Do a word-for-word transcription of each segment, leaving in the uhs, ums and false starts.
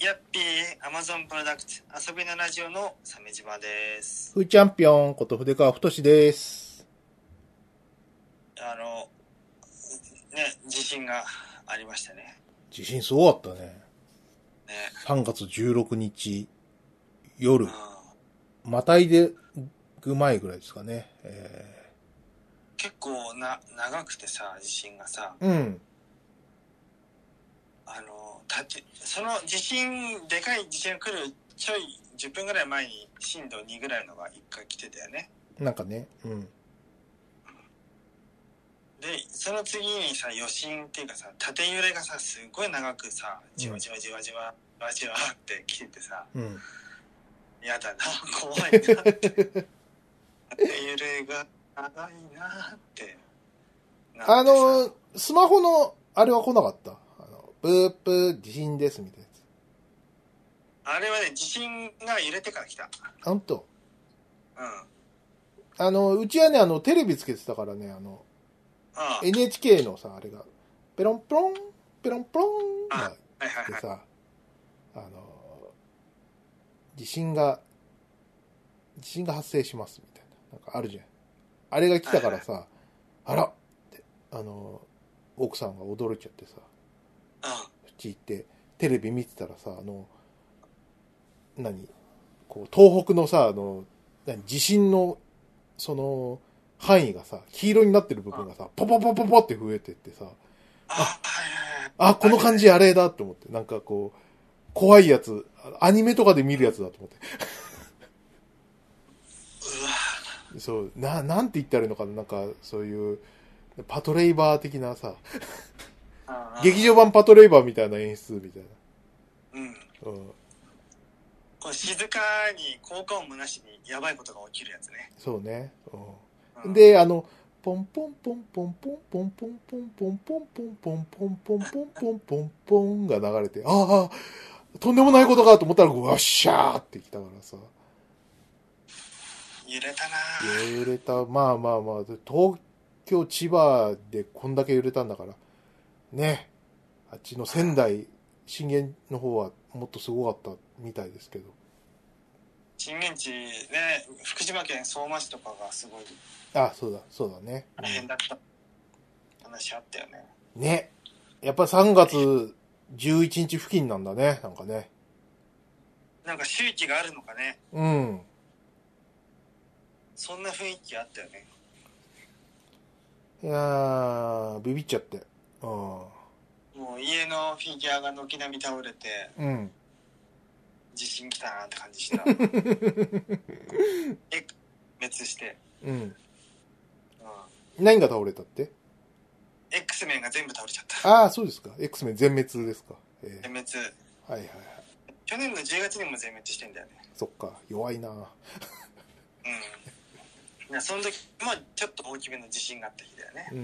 やっぴー、アマゾンプロダクツ、遊びのラジオの鮫島です。 ふーチャンピオンこと筆川太です。 あの、ね、地震がありましたね。 地震すごかったね。 ね。 さんがつじゅうろくにち夜、 うん、 またいでぐ前ぐらいですかね。え結構な、長くてさ、地震がさ、 ー、うん。 あの、たち、その地震、でかい地震が来るちょいじゅっぷんぐらい前に震度にぐらいのがいっかい来てたよね。 なんかね、うん。 で、その次にさ、余震っていうかさ、縦揺れがさ、すごい長くさ、じわじわじわじわ、じわじわって来ててさ、 うん。 やだな、怖いなって。縦揺れが長いなってなってさ。 あの、スマホの、あれは来なかった。あの、ブープー地震ですみたいなやつ。 あれはね、地震が揺れてから来た。 ほんと。 うん。ああの、うちはね、あの、テレビつけてたからね、あの、 あ。 エヌエイチケー のさ、あれが、ペロンペロン、ペロンペロンがあ、はいはいはい。 来てさ、あの、地震が、地震が発生しますみたいな。なんかあるじゃん。あれが来たからさ、あらって、あの、奥さんが驚いちゃってさ、 うん。 うち行ってテレビ見てたらさ、あの、何こう、東北のさ、あの、何地震の、その、範囲がさ、黄色になってる部分がさ、ポポポポポって増えてってさ、 あ、 あ、 はいはいはい。 あ、この感じあれだって思って、なんかこう、怖いやつ、アニメとかで見るやつだと思って。 うわ。 そう、な、なんて言ったらいいのかな、なんか、そういう、パトレイバー的なさ、劇場版パトレイバーみたいな演出みたいうん。 な。うん。 こう静かに効果音もなしにやばいことが起きるやつね。 そうね。う。 うんん。 で、あの、ポンポンポンポンポンポンポンポンポンポンポンポンポンポンポンポンポンポンが流れて、ああ、とんでもないことかと思ったら、うわっしゃーってきたからさ。 揺れたな揺れた。まあまあまあ、東京、千葉でこんだけ揺れたんだから。ね。あっちの仙台、震源の方はもっとすごかったみたいですけど。 震源地ね、福島県相馬市とかがすごいあ、そうだ、そうだね。 大変だった話あったよね。 ね。やっぱさんがつじゅういちにち付近なんだね、なんかね。 なんか周期があるのかね。 うん。 そんな雰囲気あったよね。 いやー、ビビっちゃって。うん。 もう家のフィギュアが軒並み倒れて、 うん。 地震来たなって感じした。え、滅して。 うん。 うん。 何が倒れたって？ X メンが全部倒れちゃった。 ああ、そうですか。X メン全滅ですか。え全滅。 ー、はいはいはい。 去年のじゅうがつにも全滅してんだよね。 そっか、弱いな。 うん。いや、その時もちょっと大きめの地震があった日だよね。 うん。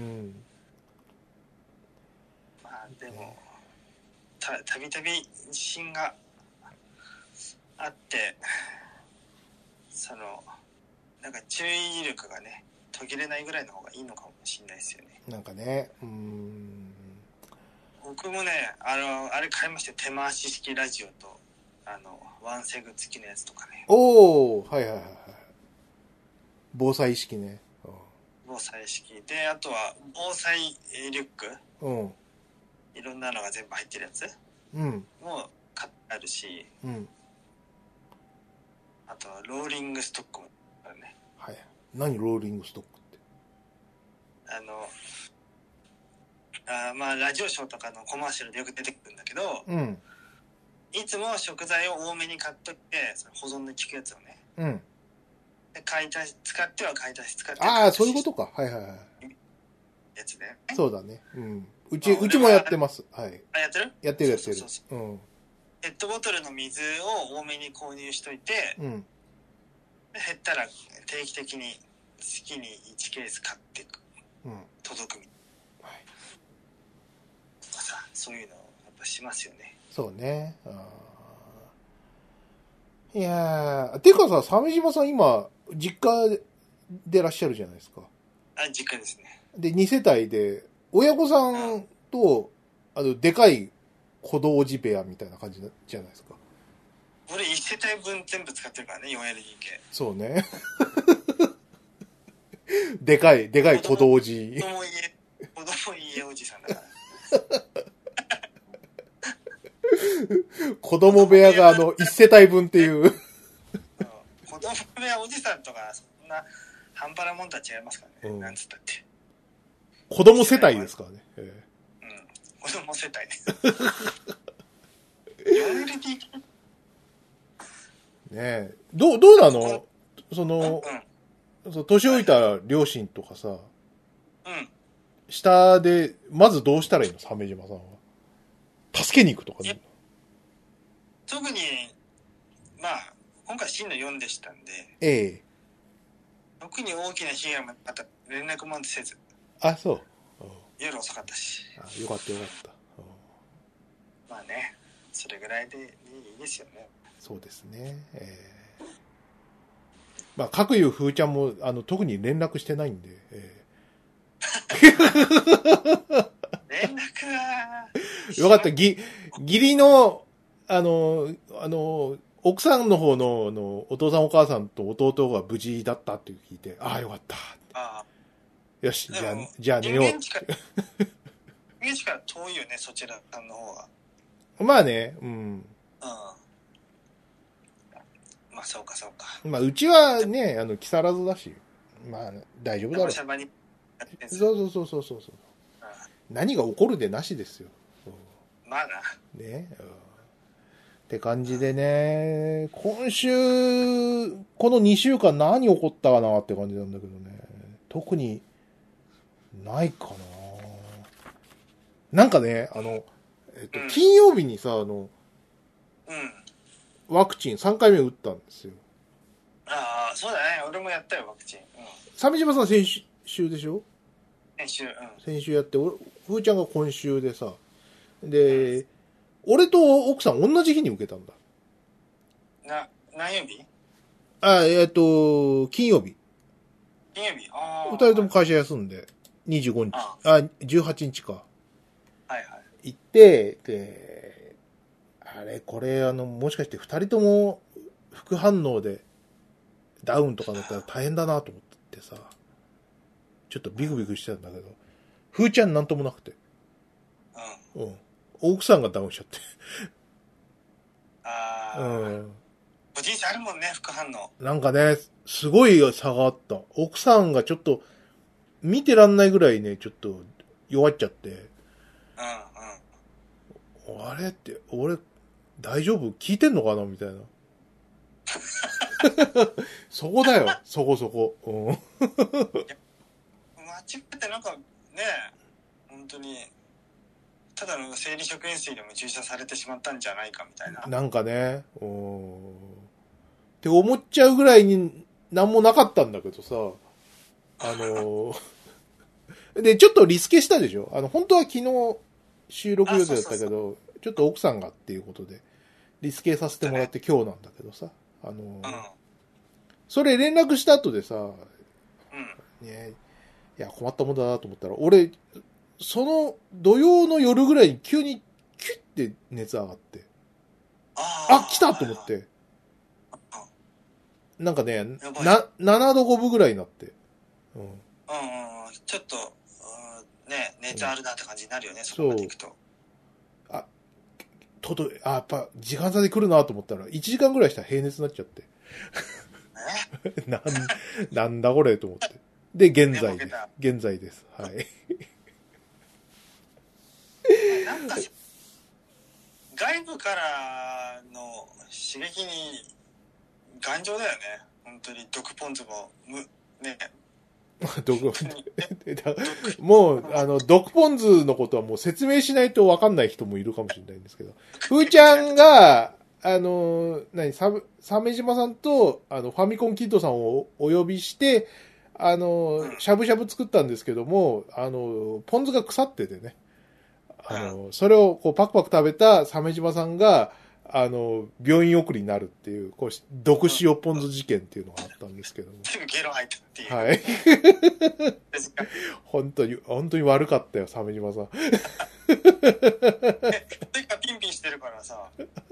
まあでも、たたびたび地震があって、その、なんか注意力がね、途切れないぐらいの方がいいのかもしれないですよね。 なんかね、うーん。 僕もね、あの、あれ買いましたよ。手回し式ラジオと、あの、ワンセグ付きのやつとかね。 おー、はいはいはいはい。防災意識ね。 防災式で、あとは防災リュック、 うん。 いろんなのが全部入ってるやつうん。 も買ってあるし、 うん。 あとはローリングストックもあるね。 はい。何ローリングストックって？ あの、あまあラジオショーとかのコマーシャルでよく出てくるんだけど、 うん。 いつも食材を多めに買っといて、その保存で効くやつをね。 うん。 で買い足し、使っては買い足し、使ってはああ、 買い足し。 そういうことか。はいはいはい。 やつね。 そうだね。うん。うち、 まあうちもやってます。はい。 あ、やってるやってるやってる。 そうそうそう。 うん。 ペットボトルの水を多めに購入しといて、 うん。 で減ったら定期的に月にいちケース買ってく、 うん。 届くみたいな。 はい。 さ、そういうのをやっぱしますよね。 そうね。あいやー、てかさ、鮫島さん今、実家でいらっしゃるじゃないですか。 あ、実家ですね。 で、に世帯で、親御さんと、あの、でかい小道寺部屋みたいな感じじゃないですか。 俺いち世帯分全部使ってるからね、よんエルディーケー。 そうね。でかい、でかい小道寺。 子供家、子供家おじさんだから。 子供部屋があの、いち世帯分っていう。 子供部屋おじさんとか、そんな、半端なもんとは違いますからね。 うん、 なんつったって。 子供世帯ですからね。えー、うん。子供世帯ね。よんエルディーケー? ねえ。どう、どうなのその、 うん、 そう年老いた両親とかさ、 うん。 下で、まずどうしたらいいの鮫島さんは。助けに行くとかね。 特に、まあ、今回震度よんでしたんで、 ええ。 特に大きな被害もまた連絡もせず。 あ、そう。 夜遅かったし。 あ、よかったよかった。 まあね、それぐらいでいいですよね。 そうですね。えー、まあ、各いう風ちゃんも、あの、特に連絡してないんで、えー、連絡は、 よかった。ぎ、義理の、あの、あの、奥さんの方の、の、お父さんお母さんと弟が無事だったって聞いて、ああ、よかった。あよし、じゃあ、じゃあ寝よう。人間地から遠いよね、そちらさんの方が。 まあね、うん。うん。 まあ、そうか、そうか。 まあ、うちはね、あの、木更津だし、まあ、大丈夫だろう。そうそうそうそうそう。何が起こるでなしですよ。 まあな。 ね。うん、って感じでね、今週、このにしゅうかん何起こったかなって感じなんだけどね。特に、ないかな。なんかね、あの、えっと、うん、金曜日にさ、あの、 うん。 ワクチンさんかいめ打ったんですよ。 ああ、そうだね。俺もやったよ、ワクチン。うん。 鮫島さん先週でしょ？ 先週、うん。 先週やって、俺、ふーちゃんが今週でさ、で、うん、俺と奥さん同じ日に受けたんだ。 な、何曜日？ あ、えっと、金曜日。 金曜日？ああ。 二人とも会社休んで、にじゅうごにち、ああ、じゅうはちにちか。 はいはい。 行って、で、あれ、これ、あの、もしかして二人とも副反応でダウンとかだったら大変だなと思ってさ、ちょっとビクビクしてたんだけど、ふーちゃんなんともなくて。うん。うん。奥さんがダウンしちゃって。 ああ。うん。個人差あるもんね、副反応。 なんかね、すごい差があった。奥さんがちょっと、見てらんないぐらいね、ちょっと弱っちゃって。うんうん。あれって、俺、大丈夫？聞いてんのかなみたいな。そこだよ、そこそこ。うん。間違ってなんかね、本当に、ただの生理食塩水でも注射されてしまったんじゃないかみたいな。 なんかね、うん。って思っちゃうぐらいになんもなかったんだけどさ、あのー、で、ちょっとリスケしたでしょ？あの、本当は昨日収録予定だったけど、そうそうそう、ちょっと奥さんがっていうことで、リスケさせてもらって今日なんだけどさ、あのー、うん、それ連絡した後でさ、うん、ね、いや、困ったもんだなと思ったら、俺、その土曜の夜ぐらいに急にキュッて熱上がって、あ、来たと思って、なんかね、な、ななどごぶぐらいになって。うん。うんうん。 ちょっと、ね、熱あるなって感じになるよね、うん、そこまで行くと。 あ、とど、あ、やっぱ時間差で来るなと思ったら、いちじかんぐらいしたら平熱になっちゃって。えなん、なんだこれと思って。で、現在です。現在です。はい。 なんか、外部からの刺激に、頑丈だよね。本当に毒ポン酢も、む、ね。 毒もう、あの、毒ポン酢のことはもう説明しないと分かんない人もいるかもしれないんですけど。ふーちゃんが、あの、何、サブ、鮫島さんと、あの、ファミコンキッドさんをお呼びして、あの、しゃぶしゃぶ作ったんですけども、あの、ポン酢が腐っててね。あの、それをこうパクパク食べた鮫島さんが、 あの、病院送りになるっていう、こう、毒塩ポン酢事件っていうのがあったんですけども。 すぐゲロ吐いたっていう。 はい。本当に、本当に悪かったよ、鮫島さん。 手がピンピンしてるからさ。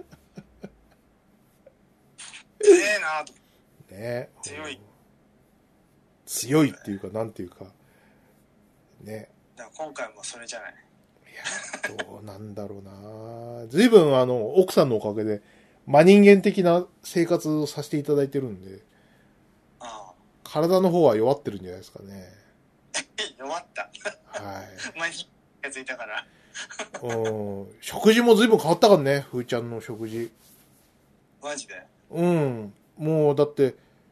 強えなと。 ね。 強い。 強いっていうか、なんていうか。ね。 だから今回もそれじゃない。 いや、どうなんだろうな。随分、あの、奥さんのおかげで、真人間的な生活をさせていただいてるんで、 ああ体の方は弱ってるんじゃないですかね。 弱った。 はい。 前に気がついたから。 うん。食事も随分変わったからね、ふーちゃんの食事。 マジで。 うん。もう、だって、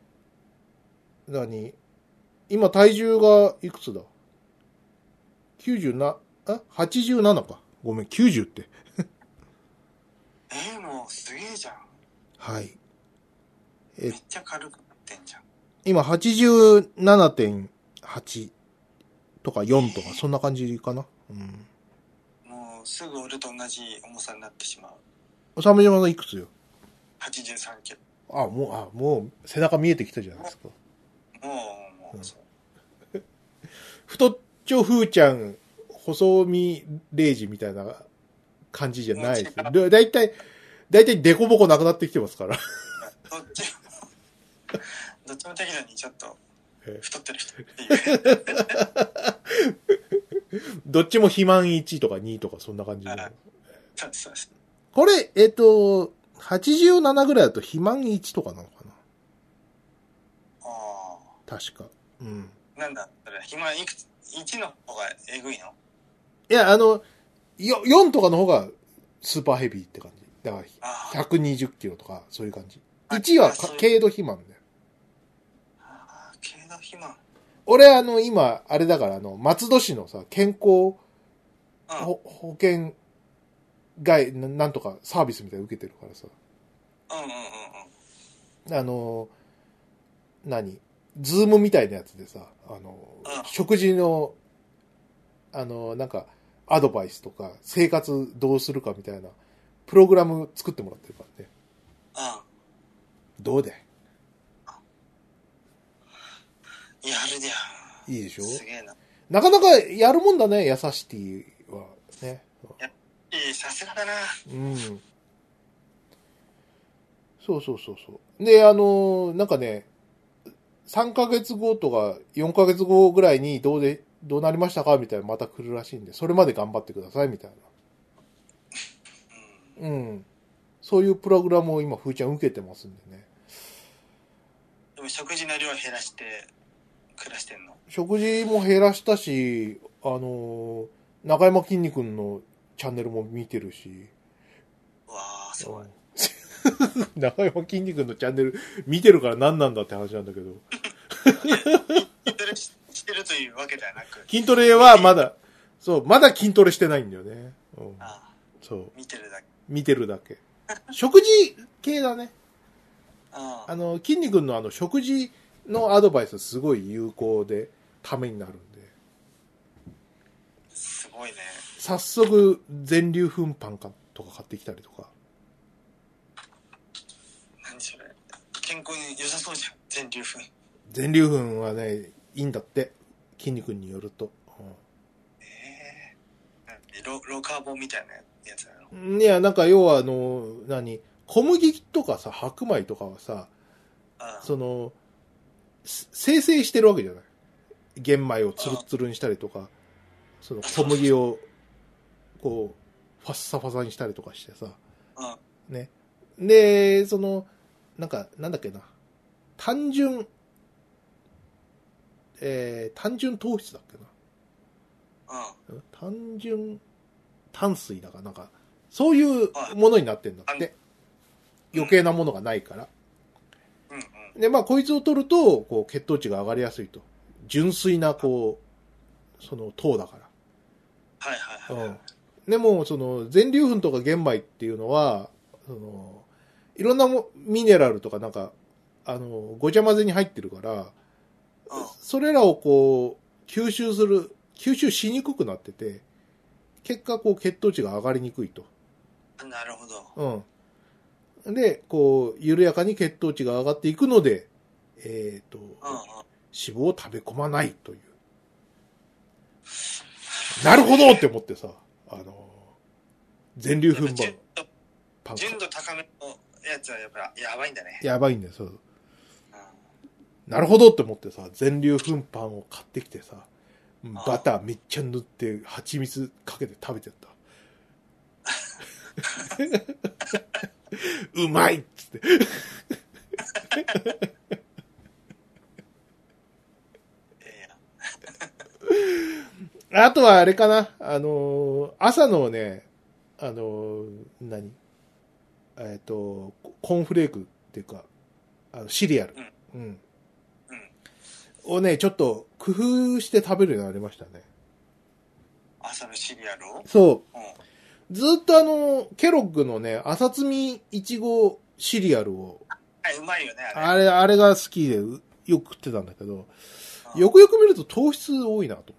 何今体重がいくつだ ?きゅうじゅう な、あ ?はちじゅうなな か。ごめん、きゅうじゅうって。 えー、もうすげえじゃん。 はい。 めっちゃ軽くなってんじゃん。 今 はちじゅうななてんはち とかよんとか、そんな感じかな。うん。 もうすぐ俺と同じ重さになってしまう。 おさめ島さんいくつよ？ はちじゅうさんキロ。 あ、もう、あ、もう背中見えてきたじゃないですか。 もう、もう、そう。 太っちょふーちゃん、細身レイジみたいな感じじゃないです。だいたい、だいたいデコボコなくなってきてますから。 どっちも、どっちも適度にちょっと太ってる人っていう。 どっちも肥満いちとかにとかそんな感じで。 そうそうそう。 これ、えっと、はちじゅうななぐらいだと肥満いちとかなのかな。 ああ。 確か。うん。 なんだ、それ、肥満いくつ、いちの方がえぐいの？ いや、あの、よんとかの方がスーパーヘビーって感じ。だから、ひゃくにじゅっキロとか、そういう感じ。いちは軽度肥満だよ。 ああ、軽度肥満。 俺、あの、今、あれだから、あの、松戸市のさ、健康、うん、保険外、なんとかサービスみたいなの受けてるからさ。 うんうんうんうん。あの、何ズームみたいなやつでさ、あの、うん、食事の、あの、なんか、アドバイスとか、生活どうするかみたいな、プログラム作ってもらってるからね。 ああ。 どうで？ やるじゃん。いいでしょ？ すげえな。 なかなかやるもんだね、優しティは。ね。 やいい、さすがだな。 うん。そうそうそうそう。で、あの、なんかね、さんかげつごとかよんかげつごぐらいにどうで、どうなりましたかみたいなまた来るらしいんで、それまで頑張ってくださいみたいな。うん。そういうプログラムを今、ふーちゃん受けてますんでね。 でも食事の量を減らして暮らしてんの？ 食事も減らしたし、あの、中山きんに君のチャンネルも見てるし。 うわー、すごい。 中山きんに君のチャンネル見てるから何なんだって話なんだけど。 筋トレしてるというわけではなく。 筋トレはまだ、そう、まだ筋トレしてないんだよね。うん、 ああ、 そう。 見てるだけ。 見てるだけ。食事系だね。 ああの、筋肉のあの、食事のアドバイスすごい有効で、ためになるんで。 すごいね。 早速、全粒粉パンかとか買ってきたりとか。 何それ。健康に良さそうじゃん、全粒粉。 全粒粉はね、いいんだって。筋肉によると。うん、 ええー、ロ、ロカーボンみたいなやつなの？ いや、なんか要はあの、何小麦とかさ、白米とかはさ、 ああその、生成してるわけじゃない。玄米をツルツルにしたりとか、その小麦を、こう、ファッサファサにしたりとかしてさ、 ああね。で、その、なんか、なんだっけな、単純、えー、単純糖質だっけな。 ああ単純炭水だかなんか、そういうものになってんだって。余計なものがないから。 うんうん、 で、まあ、こいつを取ると、こう、血糖値が上がりやすいと。純粋な、こう、その、糖だから。 はいはいはい。 うん。でも、その、全粒粉とか玄米っていうのは、その、いろんなもミネラルとかなんか、あの、ごちゃ混ぜに入ってるから、 うん、 それらをこう、吸収する、吸収しにくくなってて、結果、こう、血糖値が上がりにくいと。 なるほど。 うん。 で、こう、緩やかに血糖値が上がっていくので、えっと、 うんうん。 脂肪を食べ込まないという。なるほどって思ってさ、あの、全粒粉純度、 パン。 純度高めのやつはやっぱやばいんだね。 やばいんだよ、そう。 うん、 なるほどって思ってさ、全粒粉パンを買ってきてさ、バターめっちゃ塗って、蜂蜜かけて食べてた。うまいっつって。あとはあれかな、あのー、朝のね、あのー、何えっ、ー、と、コーンフレークっていうか、あのシリアル、うん、うん。をね、ちょっと工夫して食べるようになりましたね。 朝のシリアルをそう。うん、ずっとあの、ケロッグのね、朝摘みいちごシリアルを。 はい、うまいよね、あれ。 あれ、あれが好きで、よく食ってたんだけど、よくよく見ると糖質多いなと思って。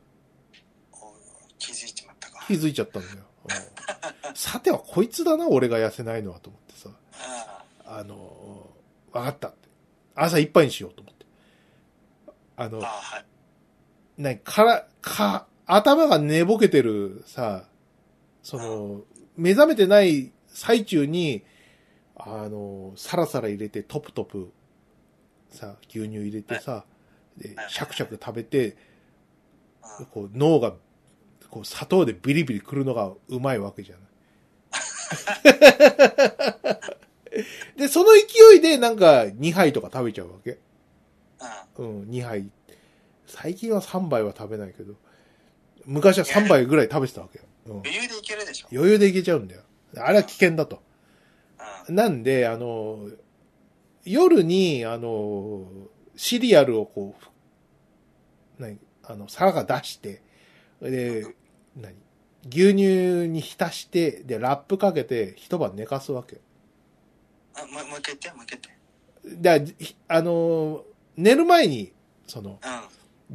気づいちまったか。 気づいちゃったんだよ。さてはこいつだな、俺が痩せないのはと思ってさ。あの、わかったって。朝一杯にしようと思って。あの、あ、はい、なに、から、か、頭が寝ぼけてるさ、その、目覚めてない最中に、あの、サラサラ入れてトプトプ、さ、牛乳入れてさ、で、シャクシャク食べて、こう、脳が、こう、砂糖でビリビリくるのがうまいわけじゃない。で、その勢いでなんかにはいとか食べちゃうわけ。うん、にはい。最近はさんばいは食べないけど、昔はさんばいぐらい食べてたわけよ。 うん、余裕でいけるでしょ。 余裕でいけちゃうんだよ。あれは危険だと。うん、なんで、あの、夜に、あの、シリアルをこう、何あの、皿が出して、で、うん、何牛乳に浸して、で、ラップかけて一晩寝かすわけ。 あ、もう、もう一回言って、もう一回言って。 で、あの、寝る前に、その、うん、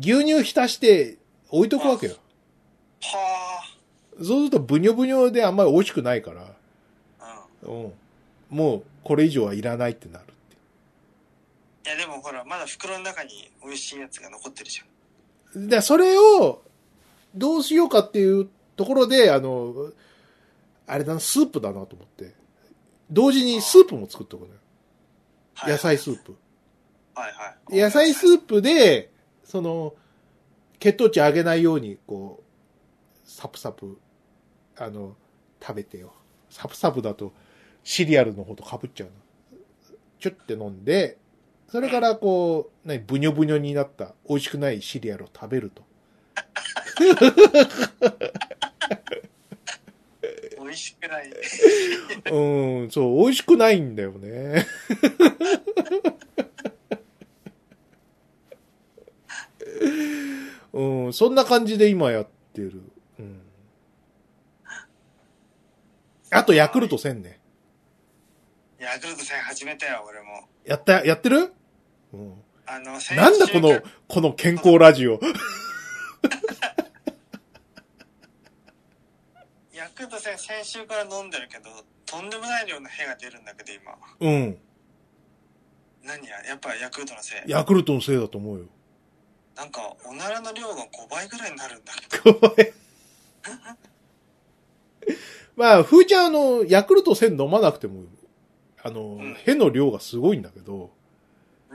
牛乳浸して置いとくわけよ。はあ。そうするとブニョブニョであんまり美味しくないから、うん。うん。もう、これ以上はいらないってなるって。 いや、でもほら、まだ袋の中に美味しいやつが残ってるじゃん。 で、それを、どうしようかっていうところで、あの、あれだな、スープだなと思って。同時にスープも作っとくのよ。野菜スープ。はいはい。野菜スープで、その、血糖値上げないように、こう、サプサプ、あの、食べてよ。サプサプだと、シリアルの方と被っちゃうの。ちょって飲んで、それからこう、何、ブニョブニョになった美味しくないシリアルを食べると。 美味しくない。 うん、そう、美味しくないんだよね。うん、そんな感じで今やってる。うん。あと、ヤクルトせんね。 ヤクルトせん始めたよ、俺も。 やった、やってる？うん。 あの、 なんだこの、この健康ラジオ。 ヤクルトせん先週から飲んでるけど、とんでもない量の屁が出るんだけど、今。 うん。 何や、やっぱヤクルトのせい。 ヤクルトのせいだと思うよ。 なんか、おならの量がごばいぐらいになるんだけど。ごばいまあ、ふーちゃん、あの、ヤクルトせん飲まなくても、あの、うん、屁の量がすごいんだけど。うん。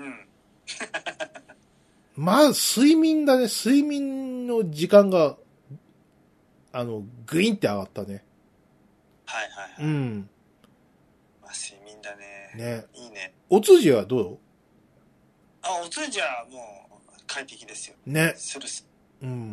まあ、睡眠だね。睡眠の時間が、あの、グインって上がったね。 はいはいはい。 うん。 まあ、睡眠だね。 ね。 いいね。 お通じはどう？ あ、お通じはもう、快適ですよ。 ね。 するす。 うん。うん。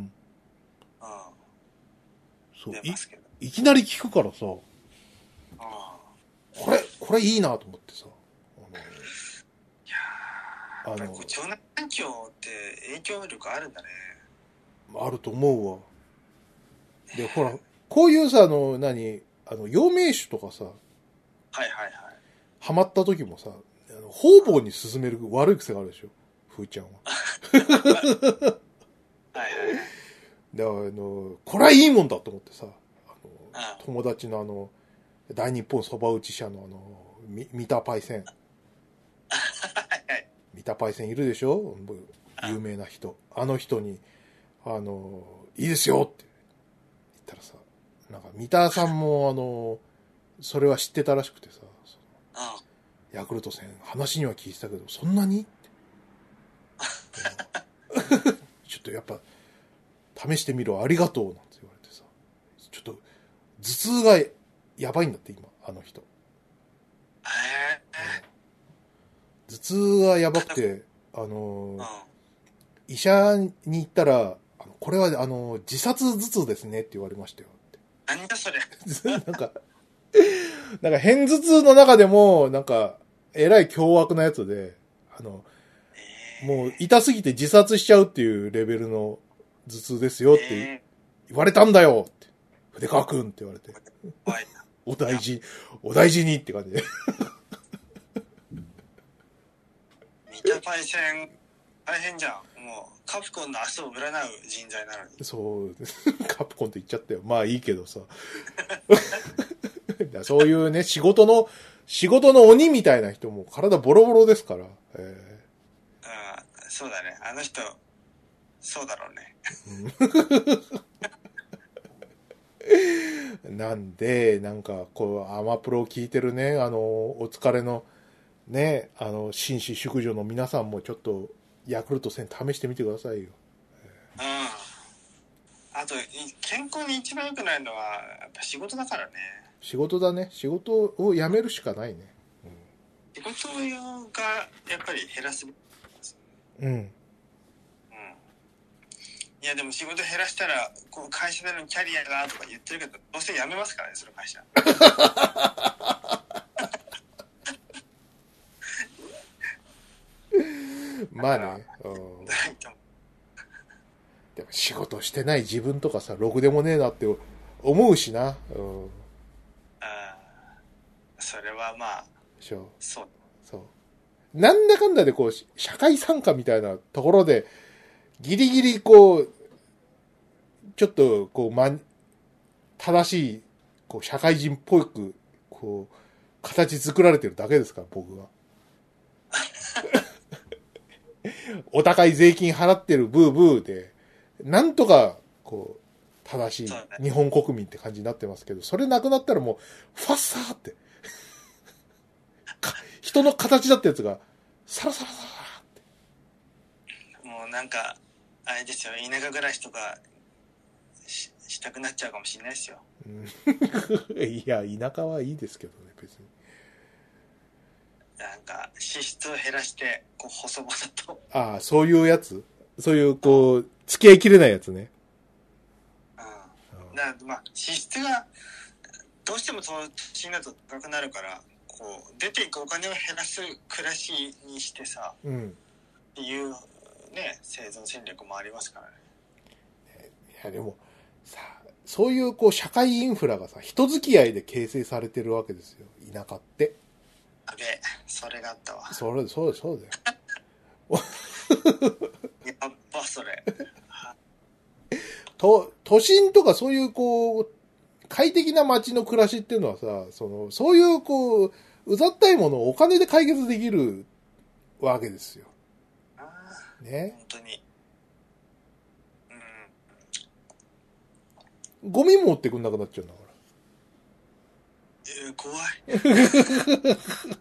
そう。 出ますけど。 い、いきなり聞くからさ。 ああ。 これ、これいいなと思ってさ。 いやー、やっぱりこう腸内環境って影響力あるんだね。 あると思うわ。で、ほら、こういうさ、あの、何、あの、陽明酒とかさ。はいはいはい。 ハマった時もさ、あの方々に進める悪い癖があるでしょ。ふーちゃんは。はいはい。だから、あの、これはいいもんだと思ってさ、あの、友達のあの、大日本そば打ち社のあの、 み三田パイセン。 はいはい。 三田パイセンいるでしょ、有名な人。あの人に、あの、いいですよって言ったらさ、なんか三田さんもあの、それは知ってたらしくてさ、 うん。 ヤクルト戦、話には聞いてたけど、そんなにってちょっとやっぱ、試してみろ、ありがとう、なんて言われてさ、ちょっと、頭痛がやばいんだって、今、あの人。 えー、 頭痛がやばくて、あのうん。 医者に行ったら、あのこれはあの自殺頭痛ですねって言われましたよって。 何だそれ。 なんか、なんか偏頭痛の中でも、なんか、えらい凶悪なやつで、あの、もう痛すぎて自殺しちゃうっていうレベルの頭痛ですよってえ言われたんだよって。筆川くんって言われて。 ー、怖いな。 お大事、お大事にって感じで。 三田パイセン、大変じゃん。もう、カプコンの明日を占う人材なのに。 そう、カプコンって言っちゃったよ。まあいいけどさ。そういうね、仕事の、仕事の鬼みたいな人も体ボロボロですから。えうん、そうだね。あの人、そうだろうね。 ーなんで、なんか、こう、アマプロを聞いてるね、あの、お疲れの、ね、あの、紳士淑女の皆さんもちょっと、ヤクルト戦試してみてくださいよ。 うん。あと、い健康に一番良くないのは、やっぱ仕事だからね。 仕事だね。仕事を辞めるしかないね。 仕事がやっぱり減らす。 うん。うん。 うん。いや、でも仕事減らしたら、こう会社でのキャリアがとか言ってるけど、どうせ辞めますからね、その会社。 まあね。うん、でも仕事してない自分とかさ、ろくでもねえなって思うしな。うん。 あそれはまあ、 そう。 そう。 そう。なんだかんだでこう、社会参加みたいなところで、ギリギリこう、ちょっとこう、ま、正しい、こう、社会人っぽく、こう、形作られてるだけですから、僕は。お高い税金払ってるブーブーで、なんとか、こう、正しい日本国民って感じになってますけど、それなくなったらもう、ファッサーって、人の形だったやつが、サラサラサラって。 もうなんか、あれですよ、田舎暮らしとかし、したくなっちゃうかもしれないですよ。 うん、いや、田舎はいいですけどね、別に。 なんか、支出を減らして、こう、細々と。 ああ、そういうやつそういう、こう、付き合いきれないやつね。 うん。だから、まあ、支出が、どうしてもその年になると高くなるから、こう、出ていくお金を減らす暮らしにしてさ、 うん。 っていう、ね、生存戦略もありますからね。 いや、でも、さ、そういう、こう、社会インフラがさ、人付き合いで形成されてるわけですよ。田舎って。 あべ、それがあったわ。 それ、そうだ、そうだよ。 やっぱそれ。 と、都心とかそういう、こう、快適な街の暮らしっていうのはさ、その、そういう、こう、うざったいものをお金で解決できるわけですよ。 あね。 本当に。 うん。ゴミ持ってくんなくなっちゃうんだから。 えー、怖い。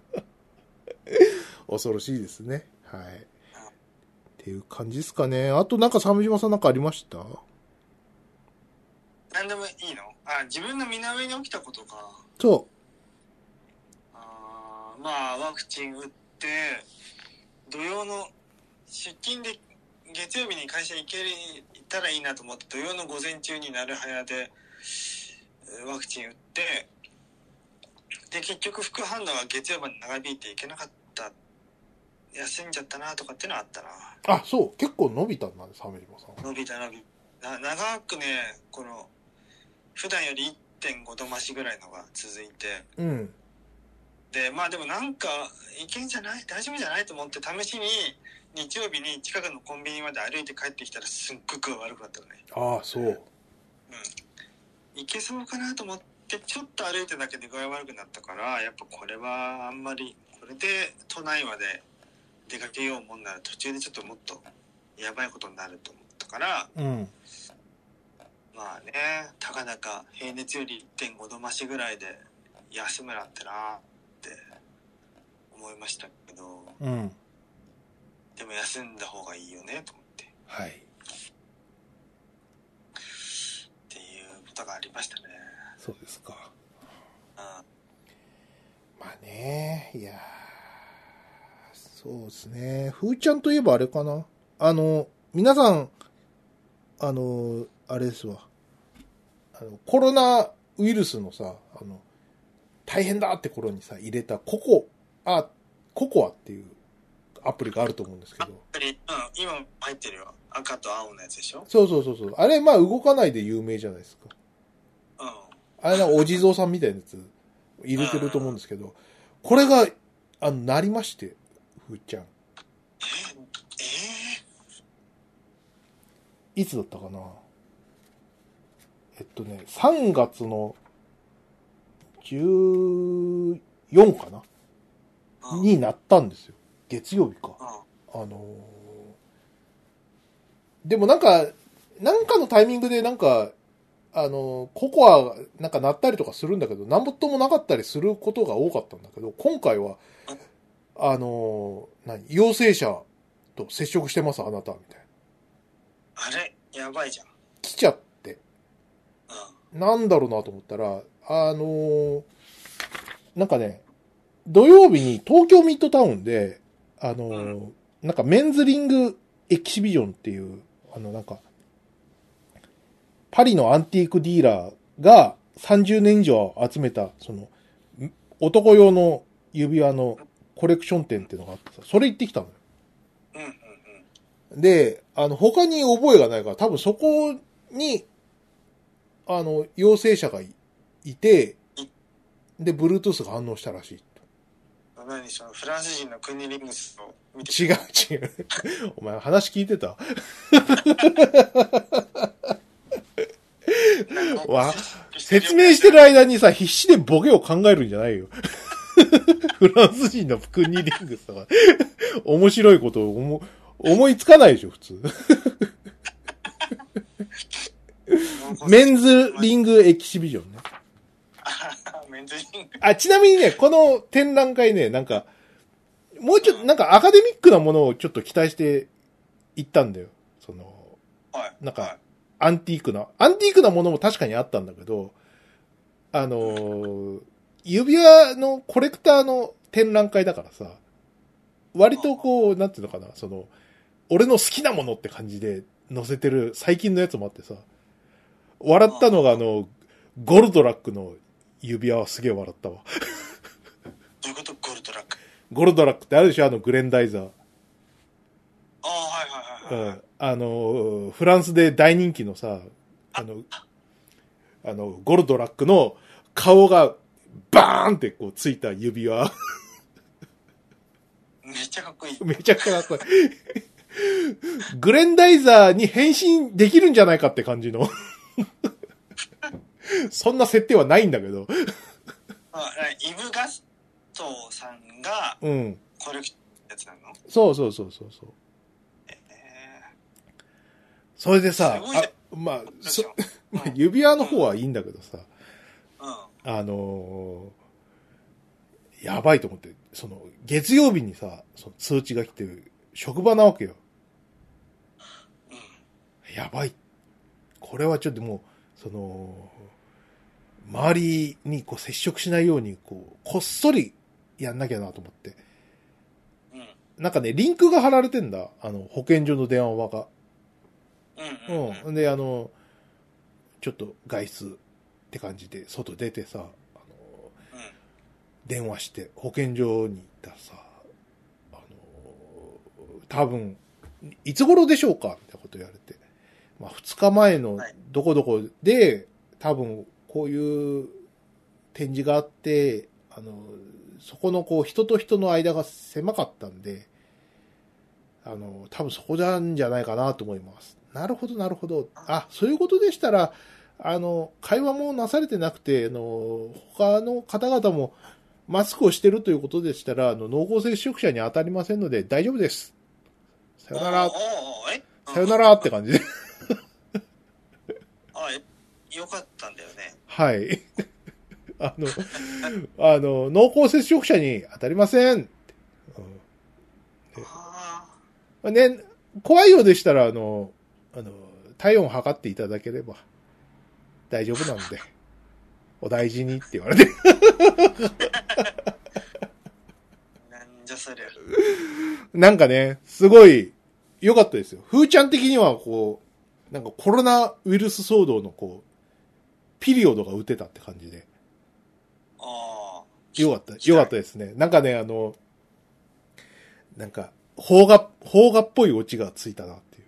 恐ろしいですね。はい。っていう感じですかね。あとなんか鮫島さんなんかありました？ 何でもいいの？あ、自分の身の上に起きたことか。 そう。あまあ、ワクチン打って、土曜の出勤で月曜日に会社行ける、行ったらいいなと思って、土曜の午前中になる早でワクチン打って、で、結局副反応が月曜日に長引いていけなかった。休んじゃったなとかっていうのはあったな。 あ、そう。結構伸びたんだね、鮫島さん。 伸びた伸びな長くね、この普段より いってんご 度増しぐらいのが続いて、 うん。 でまあでもなんかいけんじゃない大丈夫じゃないと思って試しに日曜日に近くのコンビニまで歩いて帰ってきたらすっごく悪くなったのね。 ああ、そう。 うん。いけそうかなと思っでちょっと歩いただけで具合悪くなったから、やっぱこれはあんまり、これで都内まで出かけようもんなら途中でちょっともっとやばいことになると思ったから、 うん。 まあね、たかだか平熱より いってんご 度増しぐらいで休むなんてなって思いましたけど、 うん。 でも休んだ方がいいよねと思って。 はい。 っていうことがありましたね。 そうですか。 うん。 まあね、いやー、そうですね。ふーちゃんといえばあれかな。あの、皆さん、あの、あれですわ。あの、コロナウイルスのさ、あの、大変だって頃にさ、入れたココ、あ、ココアっていうアプリがあると思うんですけど。 うん、今入ってるよ。赤と青のやつでしょ。 そうそうそうそう。あれ、まあ動かないで有名じゃないですか。 うん。 あれな、お地蔵さんみたいなやつ入れてると思うんですけど、これが、あの、なりまして、ふーちゃん。 ええいつだったかな。えっとね、さんがつのじゅうよっかかな、 ー、 になったんですよ。月曜日か。 うん、 あのー、でもなんか、なんかのタイミングでなんか、あのー、ココアなんか鳴ったりとかするんだけど、なんともなかったりすることが多かったんだけど、今回は、あのー、何、陽性者と接触してます、あなた、みたいな。 あれやばいじゃん。 来ちゃって、 うん。 なんだろうなと思ったら、あのー、なんかね、土曜日に東京ミッドタウンで、あのーうん、なんかメンズリングエキシビジョンっていう、あのなんか、パリのアンティークディーラーがさんじゅうねん以上集めた、その、男用の指輪のコレクション店っていうのがあってさ、それ行ってきたのよ。 うんうんうん。で、あの、他に覚えがないから、多分そこに、あの、陽性者が い, いて、で、Bluetooth が反応したらしい。 何そのフランス人のクニリングスを見て。 違う違う。お前話聞いてたわ、説明してる間にさ、必死でボケを考えるんじゃないよ。フランス人のクニリングスとか、面白いことを思思いつかないでしょ、普通。メンズリングエキシビジョンね。 メンズリング。 あ、ちなみにね、この展覧会ね、なんか、もうちょっと、なんかアカデミックなものをちょっと期待して行ったんだよ。その、 はい。 なんか、アンティークな、アンティークなものも確かにあったんだけど、あのー、指輪のコレクターの展覧会だからさ、割とこう、なんていうのかな、その、俺の好きなものって感じで載せてる最近のやつもあってさ、笑ったのがあの、ゴルドラックの指輪はすげえ笑ったわ。 どういうことゴルドラック。 ゴルドラックってあるでしょ、あのグレンダイザー。 ああ、はいはいはい、はい。うん。 あの、フランスで大人気のさ、あの、あの、ゴルドラックの顔がバーンってこうついた指輪。 めっちゃかっこいい。 めちゃくちゃかっこいい。グレンダイザーに変身できるんじゃないかって感じの。そんな設定はないんだけど。 あ、イブガストさんが、うん。コレクションやつなの？ そうそうそうそうそう。えー、それでさ、あ、まあ、そ、まあ、指輪の方はいいんだけどさ、うん、あのー、やばいと思って、その、月曜日にさ、その通知が来て、職場なわけよ。うん、やばい。これはちょっともう、その、周りにこう接触しないように、こう、こっそりやんなきゃなと思って。うん。なんかね、リンクが貼られてんだ。あの、保健所の電話が。うん、うん。うん。で、あの、ちょっと外出って感じで、外出てさ、あの、うん、電話して、保健所に行ったらさ、あの、多分、いつ頃でしょうかみたいなこと言われて。まあ、二日前のどこどこで、はい、多分、こういう展示があって、あの、そこのこう人と人の間が狭かったんで、あの、多分そこなんじゃないかなと思います。なるほど、なるほど。あ、そういうことでしたら、 あの、会話もなされてなくて、あの、他の方々もマスクをしてるということでしたら、あの、濃厚接触者に当たりませんので大丈夫です。さよなら、 おーおーおーえさよならって感じで。 あ、えよかったんだよね。 はい。あの、あの、濃厚接触者に当たりません。 あうん、ね、怖いようでしたら、あの、あの、体温を測っていただければ大丈夫なんで、お大事にって言われて。 なんじゃそりゃ。 なんかね、すごい良かったですよ。ふーちゃん的にはこう、なんかコロナウイルス騒動のこう、ピリオドが打てたって感じで。 ああ。 よかった、よかったですね。なんかね、あの、なんか、邦画、邦画っぽいオチがついたなっていう。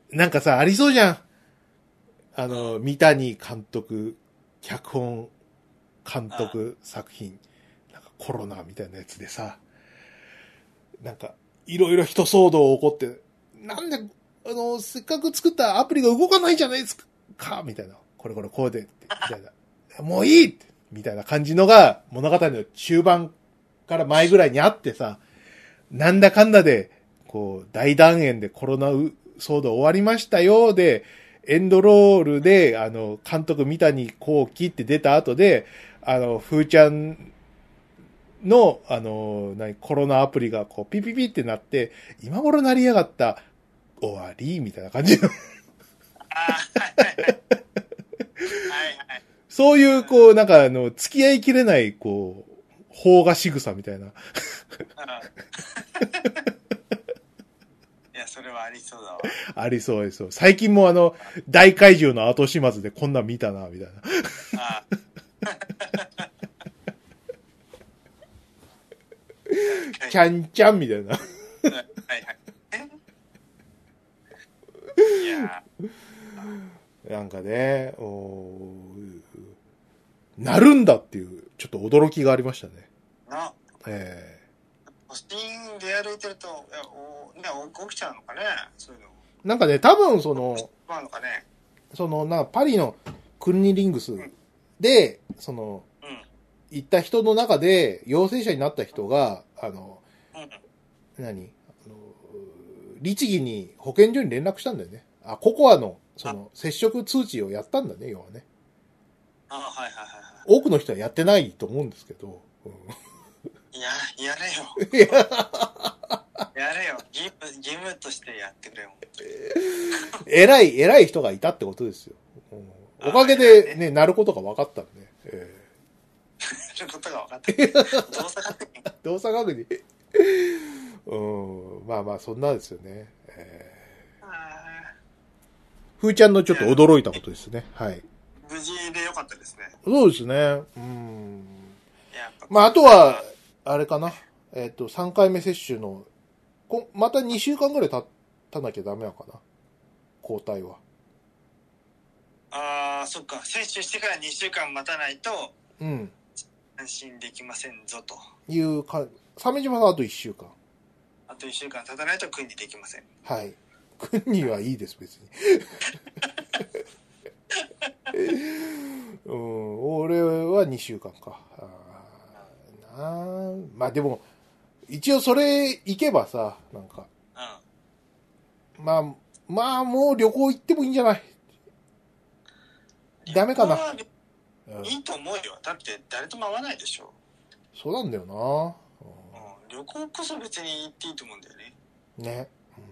なんかさ、ありそうじゃん。あの、三谷監督、脚本、監督作品、なんかコロナみたいなやつでさ、なんか、いろいろ人騒動起こって、なんで、あの、せっかく作ったアプリが動かないじゃないですかみたいな。これこれこうで、みたいな。もういいみたいな感じのが、物語の中盤から前ぐらいにあってさ、なんだかんだで、こう、大団円でコロナ騒動終わりましたよ、で、エンドロールで、あの、監督三谷幸喜って出た後で、あの、ふーちゃんの、あの、何、コロナアプリがこう、ピピピってなって、今頃なりやがった、終わりみたいな感じの。 ああ、はいはいはい。はいはい。 そういう、こう、なんか、あの、付き合いきれない、こう、邦画仕草みたいな。 いや、それはありそうだわ。 ありそうですよ。最近もあの、大怪獣の後始末でこんなん見たな、みたいな。 あちゃんちゃんみたいな。 はいはい。いやなんかね、おなるんだっていう、ちょっと驚きがありましたね。 な、 え都心で歩いてると、いやおね、起きちゃうのかね、そういうの。 ー、なんかね、多分その、 まあのかね。 その、な、パリのクルニリングスで、その、 うん。 行った人の中で、陽性者になった人が、あの、 うん。 何あの、律儀に保健所に連絡したんだよね。あ、ココアの、その、接触通知をやったんだね、要はね。 ああ、はいはいはいは多くの人はやってないと思うんですけど。うん、 い。いや、やれよ。 いや、 やれよ。義務、義務としてやってくれよ。 偉い、偉い人がいたってことですよ。うん、おかげでね、なることが分かったんで。えなることが分かってる。動作確認。 ー、動作確認。うん、まあまあ、そんなですよね。えー、ふーちゃんのちょっと驚いたことですね。はい。 無事でよかったですね。 そうですね。うん。 やっぱまあ、あとは、あれかな。えっ、と、さんかいめ接種の、こまたにしゅうかんぐらい経たなきゃダメなのかな。抗体は。 ああ、そっか。接種してからにしゅうかん待たないと、 うん。 安心できませんぞと。 いうか、鮫島さんあといっしゅうかん。 あといっしゅうかん経たないと国にできません。 はい。国はいいです、別に。うん、俺はにしゅうかんか。あなまあでも、一応それ行けばさ、なんか、 うん。 まあ、まあもう旅行行ってもいいんじゃないダメかな。 うん、いいと思うよ。だって誰とも会わないでしょ。 そうなんだよな、うんうん、旅行こそ別に行っていいと思うんだよね。 ね。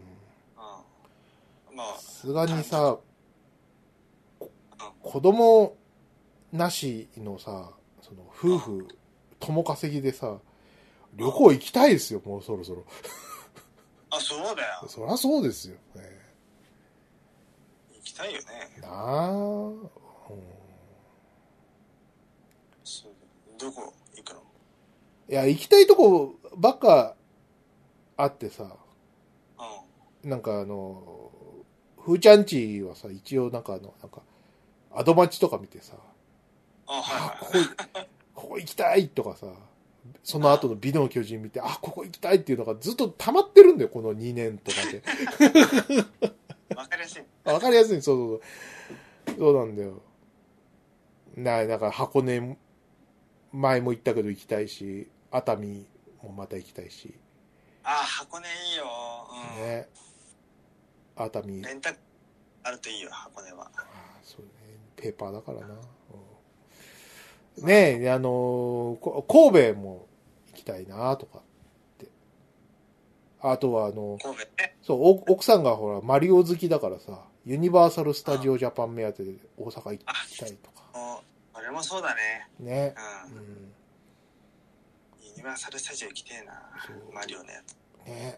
うん、まあ。 さすがにさ、 うん、 子供なしのさ、その夫婦、共稼ぎでさ、旅行行きたいですよ、もうそろそろ。 あ、そうだよ。 そりゃそうですよ、ね。 行きたいよね。 なあ、うん、 どこ行くの？ いや、行きたいとこばっかあってさ、 うん、 なんかあの、ふーちゃんちはさ、一応なんかあの、なんか、アドマチとか見てさ、 あ、はいはい、 ここ、ここ行きたいとかさ、その後の美の巨人見て、あ、ここ行きたいっていうのがずっと溜まってるんだよ、このにねんとかで。 わかりやすい。 わかりやすい、そうそうそうなんだよ。な、だから箱根、前も行ったけど行きたいし、熱海もまた行きたいし。 ああ、箱根いいよ。うん。 ね。熱海。 レンタあるといいよ、箱根は。 ああ、そうね。ペーパーだからな。うん、ねえ、あのー、神戸も行きたいなとかって。あとはあの、 神戸ね。 そう、奥さんがほら、マリオ好きだからさ、ユニバーサル・スタジオ・ジャパン目当てで大阪行きたいとか。 あ、俺もそうだね。 ね。 うん。うん、ユニバーサル・スタジオ行きてえな。マリオのやつ。 ね。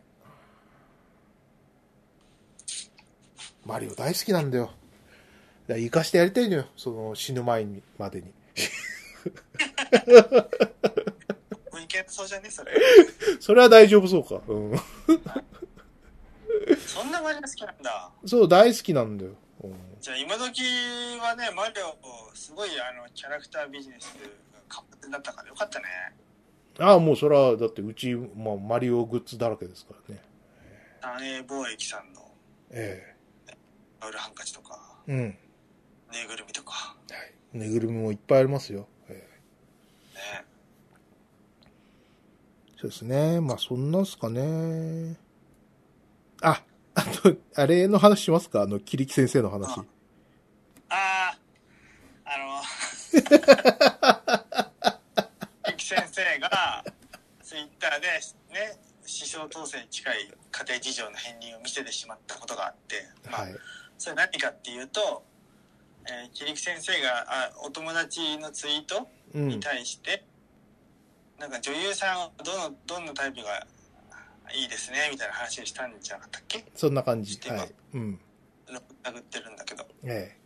マリオ大好きなんだよ。だから行かしてやりたいのよ。その死ぬ前にまでに。 こいけそうじゃねそれ。 それは大丈夫そうか。うん。 そんなマリオ好きなんだ。 そう、大好きなんだよ。うん、 じゃあ今時はね、マリオ、すごいあの、キャラクタービジネスが活発になったからよかったね。 ああ、もうそれは、だってうち、まあ、マリオグッズだらけですからね。 三栄貿易さんの、 ええ。タオルハンカチとか、 うん。 ぬいぐるみとか。 はい。ぬいぐるみもいっぱいありますよ。ええ。ね。 そうですね。まあ、そんなんすかね。あ、あと、あれの話しますか？あの、キリキ先生の話。 ああ、あの、キリキ先生が、ツイッターで、ね、思想統制に近い家庭事情の片鱗を見せてしまったことがあって、まあ、はい、それ何かっていうと、えー、キリキ先生があお友達のツイートに対して、うん、なんか女優さんどのどんなタイプがいいですねみたいな話をしたんじゃなかったっけ？ そんな感じ。 はい。 うん。 殴ってるんだけど。 え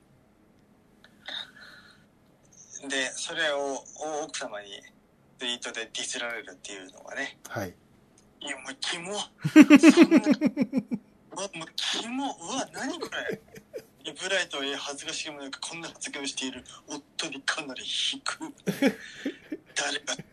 え。で、それを奥様にツイートでディスられるっていうのがね。 はい。 いや、もうキモ。そんな、うわ、もうキモ。うわ、何これ。イブライトは恥ずかしげもなくこんな発言をしている夫にかなり引く。誰かって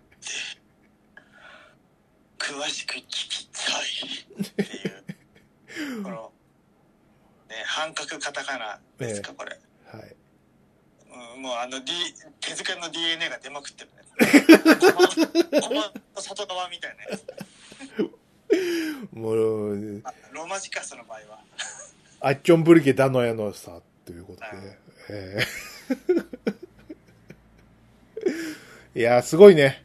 詳しく聞きたいっていうこのね、半角カタカナですか、ええ、これ。はい。うん、もうあの、D、手塚の ディーエヌエー が出まくってるね。コマの外側みたいなやつ。 もう、 ローマ字か、その場合は。 アッチョンブリケダノヤのさ、ということで。えー、いや、すごいね。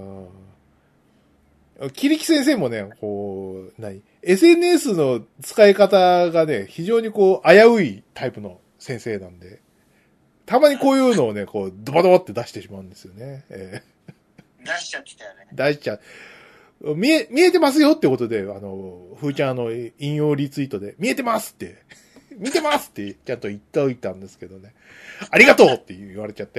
うん。キリキ先生もね、こう、何 エスエヌエス の使い方がね、非常にこう、危ういタイプの先生なんで、たまにこういうのをね、こう、ドバドバって出してしまうんですよね。えー、出しちゃってたよね。 出しちゃう。見え、見えてますよってことで、あの、ふーちゃんの引用リツイートで、見えてますって、見てますってちゃんと言っておいたんですけどね。ありがとうって言われちゃって。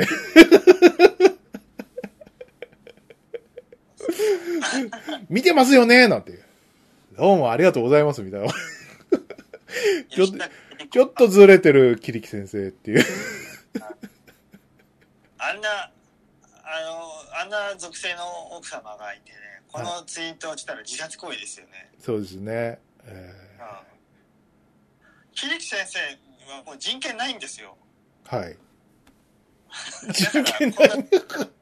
見てますよねなんて。どうもありがとうございますみたいな。ちょっと、ちょっとずれてるキリキ先生っていう。 あんな、あの、あんな属性の奥様がいてね、このツイートをしたら自殺行為ですよね。 そうですね。えー、 うん。キリキ先生はもう人権ないんですよ。 はい。人権ない。